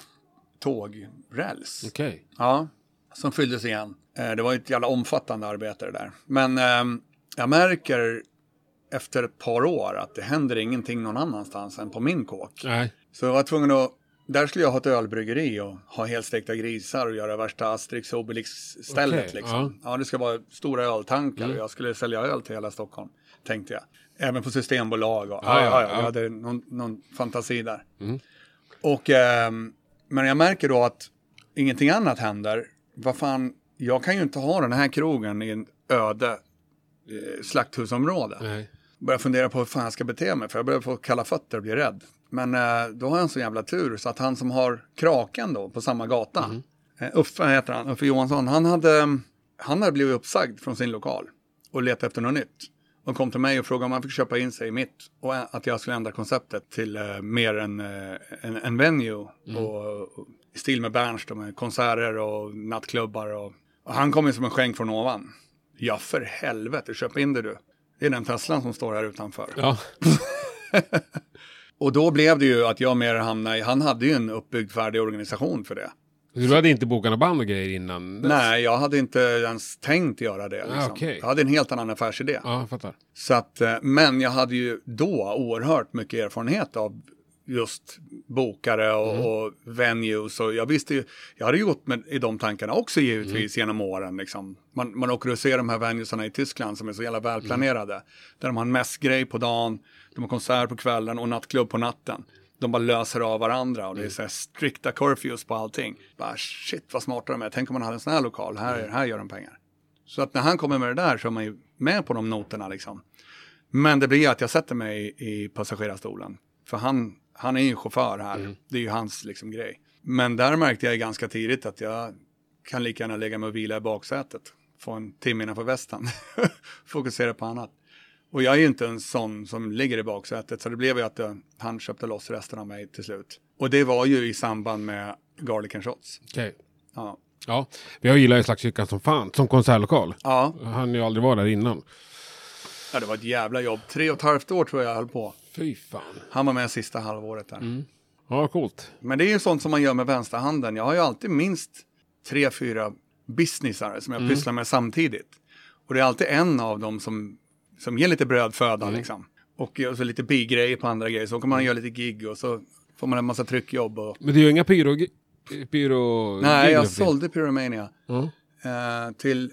tågräls. Okej. Okay. Ja, som fylldes igen. Det var ett jävla omfattande arbete det där. Men eh, jag märker efter ett par år att det händer ingenting någon annanstans än på min kåk. Nej. Så jag var tvungen att... Där skulle jag ha ett ölbryggeri och ha helstekta grisar och göra värsta Asterix och Obelix-stället. Okay, liksom. Ja. ja, det ska vara stora öltankar mm. och jag skulle sälja öl till hela Stockholm, tänkte jag. Även på Systembolag. Och, ja, ja, ja, ja. Jag hade någon, någon fantasi där. Mm. Och, eh, men jag märker då att ingenting annat händer. Vad fan, jag kan ju inte ha den här krogen i en öde eh, slakthusområde. Nej. Börjar fundera på hur fan jag ska bete mig. För jag börjar få kalla fötter och bli rädd. Men eh, då har jag en så jävla tur så att han som har kraken då på samma gata. Mm. Eh, Uffe heter han, Uffe Johansson. Han hade, han hade blivit uppsagd från sin lokal. Och letade efter något nytt. Och kom till mig och frågade om han fick köpa in sig i mitt. Och att jag skulle ändra konceptet till eh, mer en, eh, en, en venue. Mm. Och, och i stil med Berns då, med konserter och nattklubbar. Och, och han kom ju som en skänk från ovan. Ja, för helvete, köp in det du. Det är den Teslan som står här utanför. Ja. Och då blev det ju att jag mer hamnade i... Han hade ju en uppbyggd färdig organisation för det. Du hade inte bokat några band och grejer innan dess? Nej, jag hade inte ens tänkt göra det. Liksom. Ah, okay. Jag hade en helt annan affärsidé. Ja, jag fattar. Så att, men jag hade ju då oerhört mycket erfarenhet av just bokare och, mm. och venues. Och jag visste ju... Jag hade ju gått med i de tankarna också givetvis mm. genom åren. Liksom. Man, man åker och ser de här venuesarna i Tyskland som är så jävla välplanerade. Mm. Där de har en mässgrej på dagen, de har konsert på kvällen och nattklubb på natten. de bara löser av varandra och det är så här strikta curfews på allting. Bara shit vad smarta de är. Tänk om man hade en sån här lokal. Här, här gör de pengar. Så att när han kommer med det där så är man ju med på de noterna liksom. Men det blir att jag sätter mig i, i passagerarstolen. För han, han är ju chaufför här. Mm. Det är ju hans liksom grej. Men där märkte jag ganska tidigt att jag kan lika gärna lägga mig och vila i baksätet. Få en timme innanför västen. Fokusera på annat. Och jag är ju inte en sån som ligger i baksätet. Så det blev ju att jag, han köpte loss resten av mig till slut. Och det var ju i samband med Garlic and Shots. Okej. Okay. Ja. Ja, jag gillar ju Slagskyrkan som fan. Som konsertlokal. Ja. Han ju aldrig var där innan. Ja, det var ett jävla jobb. Tre och ett halvt år tror jag jag höll på. Fy fan. Han var med sista halvåret där. Mm. Ja, coolt. Men det är ju sånt som man gör med vänsterhanden. Jag har ju alltid minst tre, fyra businessar som jag mm. pysslar med samtidigt. Och det är alltid en av dem som, som ger lite brödföda mm. liksom. Och, och så lite bigrejer på andra grejer. Så kan man göra lite gig och så får man en massa tryckjobb. Och... Men det är ju inga pyro... pyro Nej, jag sålde Pyromania mm. eh, till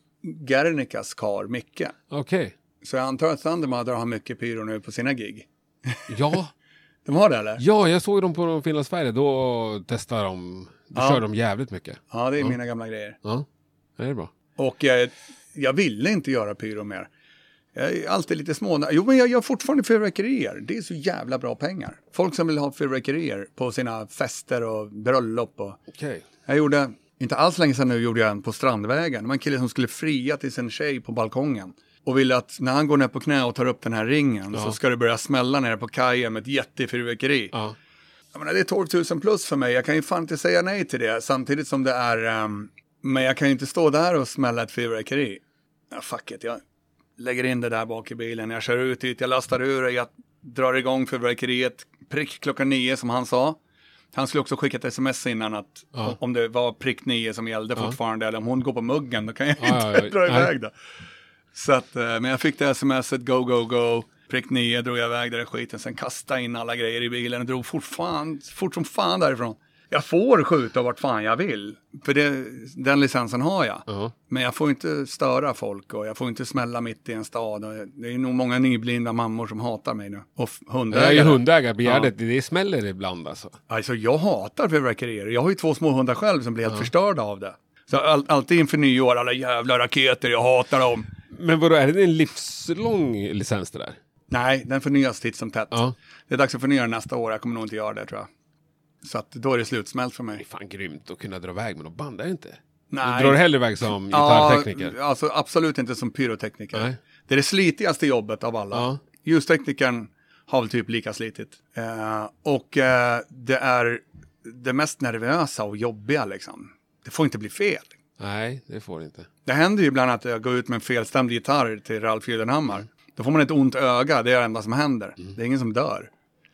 Gernikas kar, Micke. Okej. Okay. Så jag antar att Thundermother har mycket pyro nu på sina gig. Ja. De har det eller? Ja, jag såg dem på Finlandsfärger. Då testade de. Då ja. kör de jävligt mycket. Ja, det är ja. mina gamla grejer. Ja, det är bra. Och jag, jag ville inte göra pyro mer. Jag är alltid lite små. Jo, men jag gör fortfarande fyrverkerier. Det är så jävla bra pengar. Folk som vill ha fyrverkerier på sina fester och bröllop. Och... Okej. Okay. Jag gjorde, inte alls länge sedan nu, gjorde jag en på Strandvägen. Det var en kille som skulle fria till sin tjej på balkongen. Och ville att när han går ner på knä och tar upp den här ringen ja. så ska det börja smälla ner på kajen med ett jättefyrverkeri. Ja. Jag menar, det är tolv tusen plus för mig. Jag kan ju fan inte säga nej till det. Samtidigt som det är... Um, men jag kan ju inte stå där och smälla ett fyrverkeri. Ja, fuck it. Jag lägger in det där bak i bilen. Jag kör ut dit. Jag lastar ur det. Jag drar igång fyrverkeriet. Prick klockan nio som han sa. Han skulle också skicka ett sms innan att ja. om det var prick nio som gällde ja. fortfarande. Eller om hon går på muggen. Då kan jag ja, inte ja, ja. dra iväg det. Så att, men jag fick det smset, go, go, go. Prick nio, drog jag iväg där i skiten. Sen kastade in alla grejer i bilen och drog fort, fan, fort som fan därifrån. Jag får skjuta vart fan jag vill. För det, den licensen har jag. Uh-huh. Men jag får inte störa folk och jag får inte smälla mitt i en stad. Och det är nog många nyblinda mammor som hatar mig nu. Och hundägare. Jag är ju hundägare, begärdet. Ja. Det smäller ibland alltså. Alltså jag hatar fyrverkerier. Jag har ju två små hundar själv som blir helt uh-huh. förstörda av det. Så all, alltid inför nyår, alla jävla raketer, jag hatar dem. Men vadå, är det en livslång licens det där? Nej, den förnyas titt som tätt. Ja. Det är dags att förnya den nästa år. Jag kommer nog inte göra det, tror jag. Så att då är det slutsmält för mig. Det är fan grymt att kunna dra iväg med någon band, är det inte? Nej. Du drar hellre iväg som gitarrtekniker? Ja, alltså absolut inte som pyrotekniker. Nej. Det är det slitigaste jobbet av alla. Ja. Ljusteknikern har väl typ lika slitigt. Eh, och eh, det är det mest nervösa och jobbiga liksom. Det får inte bli fel. Nej, det får det inte. Det händer ju ibland att jag går ut med en felstämd gitarr till Ralf Gyllenhammar. Mm. Då får man ett ont öga, det är det enda som händer. Mm. Det är ingen som dör.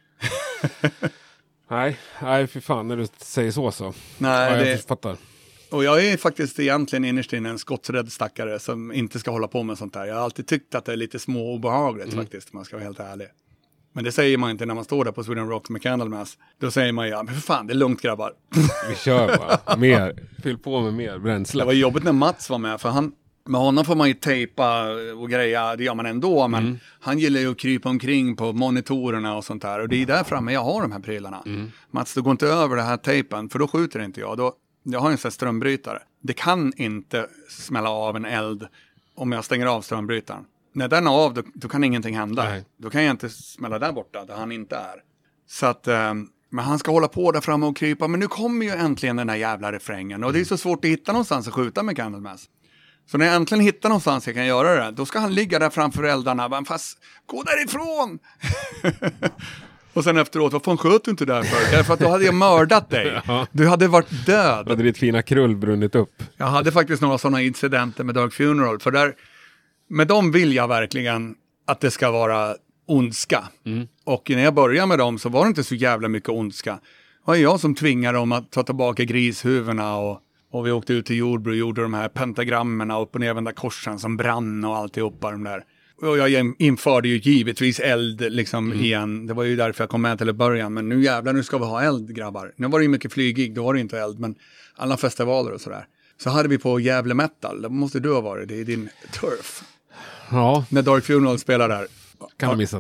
nej, nej för fan när du säger så så. Nej, ja, jag det... fattar. Och jag är faktiskt egentligen innerst inne en skottsrädd stackare som inte ska hålla på med sånt där. Jag har alltid tyckt att det är lite små obehagligt mm. faktiskt, om man ska vara helt ärlig. Men det säger man inte när man står där på Sweden Rock med Candlemass. Då säger man ja, men för fan, det är lugnt grabbar. Vi kör bara, mer, fyll på med mer bränsle. Det var jobbigt när Mats var med, för han, med honom får man ju tejpa och greja, det gör man ändå. Men mm. han gillar ju att krypa omkring på monitorerna och sånt där. Och det är där framme jag har de här prylarna. Mm. Mats, du går inte över det här tejpen, för då skjuter inte jag. Då, jag har en sån här strömbrytare. Det kan inte smälla av en eld om jag stänger av strömbrytaren. När den är av, då, då kan ingenting hända. Nej. Då kan jag inte smälla där borta, där han inte är. Så att, eh, men han ska hålla på där framme och krypa. Men nu kommer ju äntligen den här jävla refrängen. Och det är så svårt att hitta någonstans att skjuta med Candlemass. Så när jag äntligen hittar någonstans jag kan göra det, då ska han ligga där framför eldarna. Men fast, gå därifrån! Och sen efteråt, vad fan sköt du inte där för? Därför att då hade jag mördat dig. Ja. Du hade varit död. Hade ditt fina krull brunnit upp? Jag hade faktiskt några sådana incidenter med Dark Funeral. För där, med dem vill jag verkligen att det ska vara ondska. Mm. Och när jag började med dem så var det inte så jävla mycket ondska. Det var jag som tvingade dem att ta tillbaka grishuvudena och, och vi åkte ut till Jordbro och gjorde de här pentagrammerna upp och nervända korsen som brann och alltihopa de där. Och jag införde ju givetvis eld liksom mm. igen. Det var ju därför jag kom med till i början. Men nu jävlar, nu ska vi ha eld, grabbar. Nu var det ju mycket flygig, då var det inte eld. Men alla festivaler och sådär. Så hade vi på Gävle Metal. Det måste du ha varit, det är din turf. Ja. När Dark Funeral spelar där. Kan du missa det?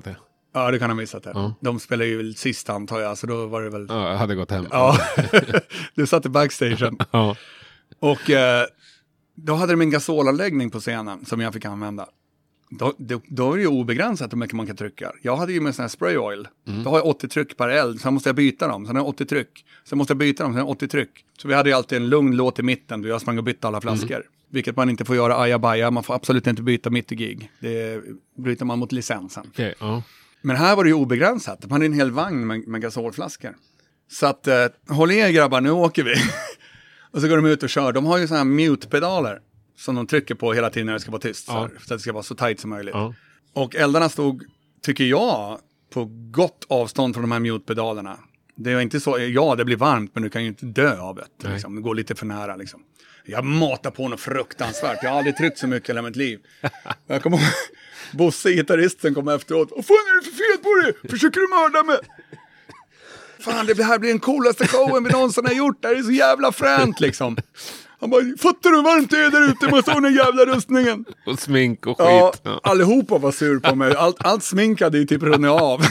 Ja, det kan ha missat det. Ja. De spelar ju väl sist antar jag, så då var det väl... Ja, jag hade gått hem. Ja, du satt i backstagen. Ja. Och eh, då hade de en gasolanläggning på scenen som jag fick använda. Då, då, då är det ju obegränsat hur mycket man kan trycka. Jag hade ju med sån här spray oil. Mm. Då har jag åttio tryck per eld. Sen måste jag byta dem. Sen har jag åttio tryck. Sen måste jag byta dem. Sen har jag åttio tryck. Så vi hade ju alltid en lugn låt i mitten. Då jag sprang och bytte alla flaskor. Mm. Vilket man inte får göra ajabaja. Man får absolut inte byta mitt i gig. Det bryter man mot licensen. Okay, uh. Men här var det ju obegränsat. Man hade en hel vagn med, med gasolflaskor. Så att, eh, håll er grabbar, nu åker vi. Och så går de ut och kör. De har ju såna här mute-pedaler. Som de trycker på hela tiden när det ska vara tyst. Ja. Så, här, så att det ska vara så tajt som möjligt. Ja. Och eldarna stod, tycker jag, på gott avstånd från de här mute-pedalerna. Det är inte så, ja det blir varmt men du kan ju inte dö av det. Liksom. Det går lite för nära liksom. Jag matar på något fruktansvärt. Jag har aldrig tryckt så mycket i hela mitt liv. Jag kommer ihåg, Bosse, gitarristen, kom efteråt. Vad fan är det för fel på dig? Försöker du mörda mig? Fan, det här blir den coolaste showen vi någonsin har gjort. Det här är så jävla fränt liksom. Han bara, fattar du hur varmt det är där ute med sån jävla rustningen? Och smink och skit. Ja, ja. Allihopa var sur på mig. Allt, allt smink hade ju typ runnit av.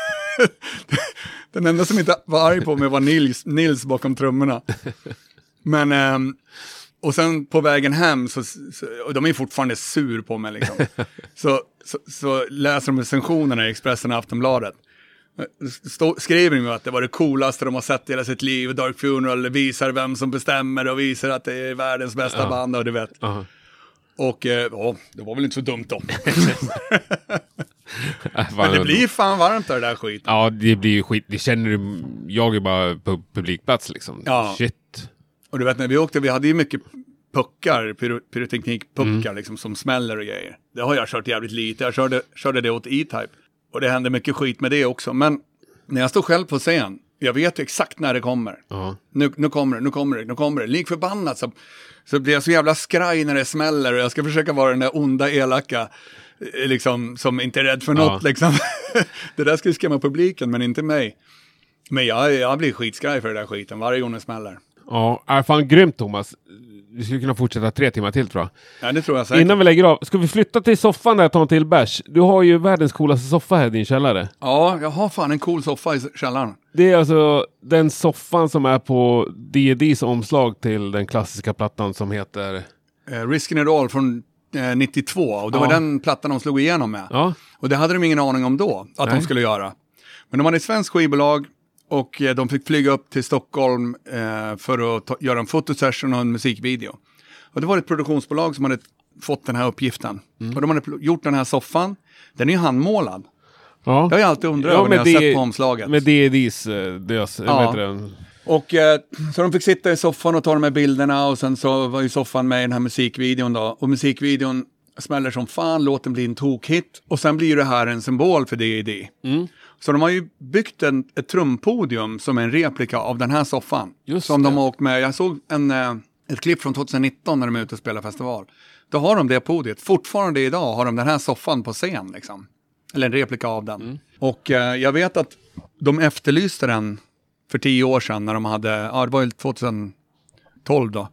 Den enda som inte var arg på mig var Nils, Nils bakom trummorna. Men, ähm, och sen på vägen hem, så, så, och de är fortfarande sur på mig liksom. Så, så, så läser de recensionerna i Expressen och Aftonbladet. Stå, skriver de att det var det coolaste de har sett i hela sitt liv. Dark Funeral visar vem som bestämmer och visar att det är världens bästa ja. band och du vet. Uh-huh. Och eh, ja, det var väl inte så dumt då. Men det blir fan varmt där, där skit. Ja, det blir ju skit. Det känner du, jag är bara på publikplats liksom. Ja. Shit. Och du vet när vi åkte, vi hade ju mycket puckar, pyro, pyroteknikpuckar mm. liksom som smäller och grejer. Det har jag kört jävligt lite. Jag körde, körde det åt E-Type. Och det hände mycket skit med det också. Men när jag står själv på scen, jag vet exakt när det kommer. Uh-huh. Nu, nu kommer det, nu kommer det, nu kommer det. Lik förbannat så, så blir jag så jävla skraj när det smäller. Och jag ska försöka vara den där onda, elaka, liksom, som inte är rädd för något. Uh-huh. Liksom. Det där ska ju skrämma publiken, men inte mig. Men jag, jag blir skitskraj för det där skiten varje gång det smäller. Ja, är fan grymt Thomas. Vi skulle kunna fortsätta tre timmar till tror jag. Ja, det tror jag säkert. Innan vi lägger av, ska vi flytta till soffan där och ta en till bärs? Du har ju världens coolaste soffa här i din källare. Ja, jag har fan en cool soffa i källaren. Det är alltså den soffan som är på D och D:s omslag till den klassiska plattan som heter... Eh, Risking It All från eh, nittiotvå. Och det ja. var den plattan de slog igenom med. Ja. Och det hade de ingen aning om då, att Nej. de skulle göra. Men de hade ett svenskt skivbolag. Och eh, de fick flyga upp till Stockholm eh, för att ta, göra en fotosession och en musikvideo. Och det var ett produktionsbolag som hade fått den här uppgiften. Mm. Och de hade gjort den här soffan. Den är ju handmålad. Ja. Jag har ju alltid undrat ja, när jag det, sett på omslaget. Med D och D:s uh, dös. Ja. Och eh, så de fick sitta i soffan och ta de här bilderna. Och sen så var ju soffan med i den här musikvideon då. Och musikvideon smäller som fan. Låten blir en tokhit. Och sen blir det här en symbol för D och D. Mm. Så de har ju byggt en, ett trumpodium som är en replika av den här soffan. Just som det. De har åkt med. Jag såg en, ett klipp från tjugonitton när de är ute och spelar festival. Då har de det podiet. Fortfarande idag har de den här soffan på scen. Liksom. Eller en replika av den. Mm. Och eh, jag vet att de efterlyste den för tio år sedan. När de hade, ja det var ju tjugotolv då.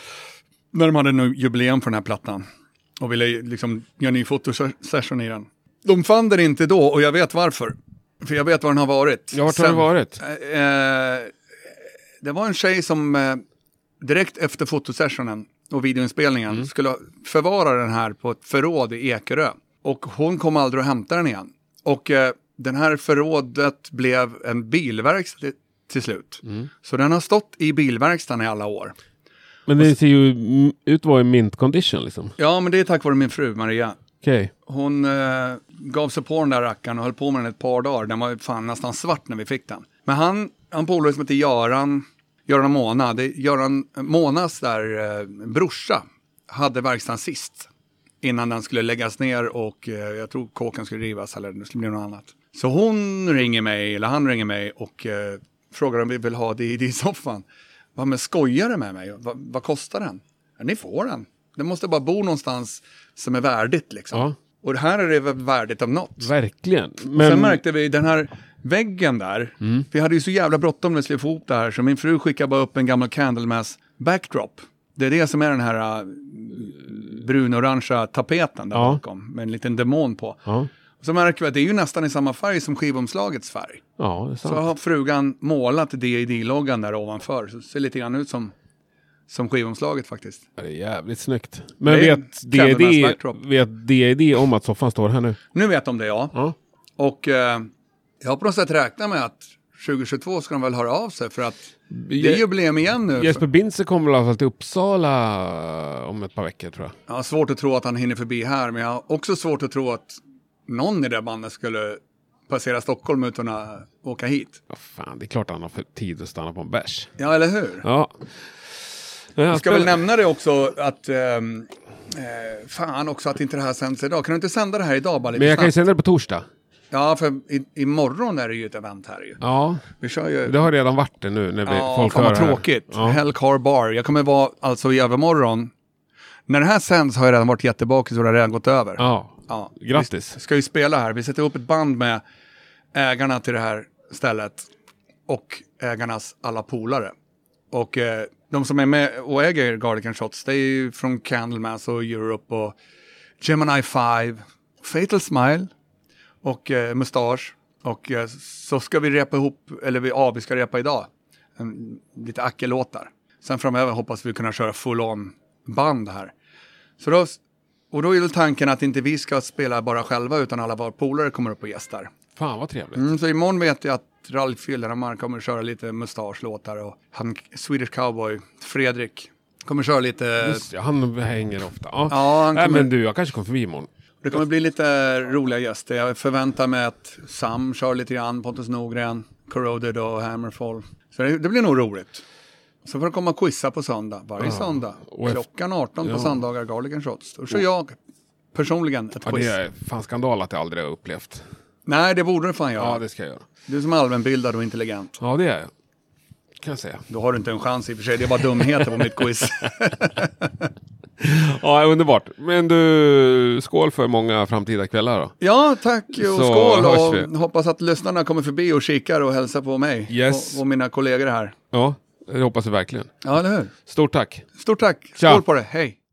När de hade en jubileum för den här plattan. Och ville liksom göra en ny fotosession i den. De fann den inte då och jag vet varför. För jag vet var den har varit. Ja, vart har den varit? Eh, det var en tjej som eh, direkt efter fotosessionen och videoinspelningen mm. skulle förvara den här på ett förråd i Ekerö. Och hon kom aldrig att hämta den igen. Och eh, den här förrådet blev en bilverkstad till slut. Mm. Så den har stått i bilverkstaden i alla år. Men det ser ju ut att vara i mint condition liksom. Ja, men det är tack vare min fru Maria. Okay. Hon eh, gav sig på den där rackaren och höll på med den ett par dagar. Den var fan nästan svart när vi fick den. Men han, han polare som heter Göran, Göran Mona, det, Göran Monas där eh, brorsa hade verkstaden sist. Innan den skulle läggas ner och eh, jag tror kåken skulle rivas eller det skulle bli något annat. Så hon ringer mig, eller han ringer mig och eh, frågar om vi vill ha det i, i soffan. Vad med skojar det med mig? Va, vad kostar den? Ja, ni får den. Den måste bara bo någonstans som är värdigt liksom. Ja. Och här är det värdigt av något. Verkligen. Men... Sen märkte vi den här väggen där. Mm. Vi hade ju så jävla bråttom när vi skulle få ihop det här. Så min fru skickade bara upp en gammal Candlemass backdrop. Det är det som är den här uh, brun-orangea tapeten där ja. bakom. Med en liten demon på. Ja. Så märker vi att det är ju nästan i samma färg som skivomslagets färg. Ja, det är sant. Så har frugan målat D I D-loggan där ovanför. Så det ser lite grann ut som, som skivomslaget faktiskt. Det är jävligt snyggt. Men Det är vet D I D, Candlemass backdrop. vet D I D om att soffan står här nu? Nu vet de det, ja. Ja. Och eh, jag har på något sätt räknat med att tjugohundratjugotvå ska de väl höra av sig. För att det är jubileum igen nu. Jesper Binzer kommer i alla fall till Uppsala om ett par veckor, tror jag. Jag har svårt att tro att han hinner förbi här. Men jag har också svårt att tro att någon i det bandet skulle passera Stockholm utan att åka hit. Ja, fan, det är klart han har för tid att stanna på en bärs. Ja, eller hur? Ja. Jag ska väl nämna det också att ehm, eh, fan också att inte det här sänds idag. Kan du inte sända det här idag bara lite Men jag kan ju snabbt? sända det på torsdag. Ja, för i, imorgon är det ju ett event här ju. Ja, Vi kör ju... det har redan varit det nu när vi, Ja, folk fan hör vad här. tråkigt. Ja. Hellcar Bar. Jag kommer vara alltså i övermorgon. När det här sänds har jag redan varit jättebakis och det har redan gått över. Ja, Ja. grattis. Vi ska ju spela här. Vi sätter ihop ett band med ägarna till det här stället. Och ägarnas alla polare. Och eh, de som är med och äger Garlic and Shots, det är ju från Candlemass och Europe och Gemini five, Fatal Smile och eh, Mustache. Och eh, så ska vi repa ihop, eller vi, ja, vi ska repa idag. En, lite ackelåtar. Sen framöver hoppas vi kunna köra full on band här. Så då, och då är väl tanken att inte vi ska spela bara själva utan alla våra polare kommer upp och gästar. Fan vad trevligt. Mm, så imorgon vet jag att Ralf Fylleramar kommer köra lite Mustache-låtar och han, Swedish Cowboy, Fredrik, kommer köra lite... Just, ja, han hänger ofta. Ja, Ja, han Nej, kommer, men du, jag kanske kommer förbi imorgon. det kommer bli lite roliga gäster. Jag förväntar mig att Sam kör lite grann, Pontus Norgren, Corroded och Hammerfall. Så det, det blir nog roligt. Så får de komma och quizza på söndag, varje Ja. söndag. Och efter- Klockan arton Ja. på söndagar, Garlic and Shots. Då kör jag personligen ett Ja, quiz. det är fan skandal att jag aldrig har upplevt. Nej, det borde du fan göra. Ja, det ska jag göra. Du är som allmänbildad och intelligent. Ja, det är jag. Kan jag säga. Då har du inte en chans i och för sig. Det är bara dumheter på mitt quiz. Ja, underbart. Men du, skål för många framtida kvällar då. Ja, tack och Så skål. hörs Och vi. hoppas att lyssnarna kommer förbi och kikar och hälsar på mig. Yes. Och, och mina kollegor här. Ja, det hoppas jag verkligen. Ja, eller hur? Stort tack. Stort tack. Tja. Skål på det. Hej.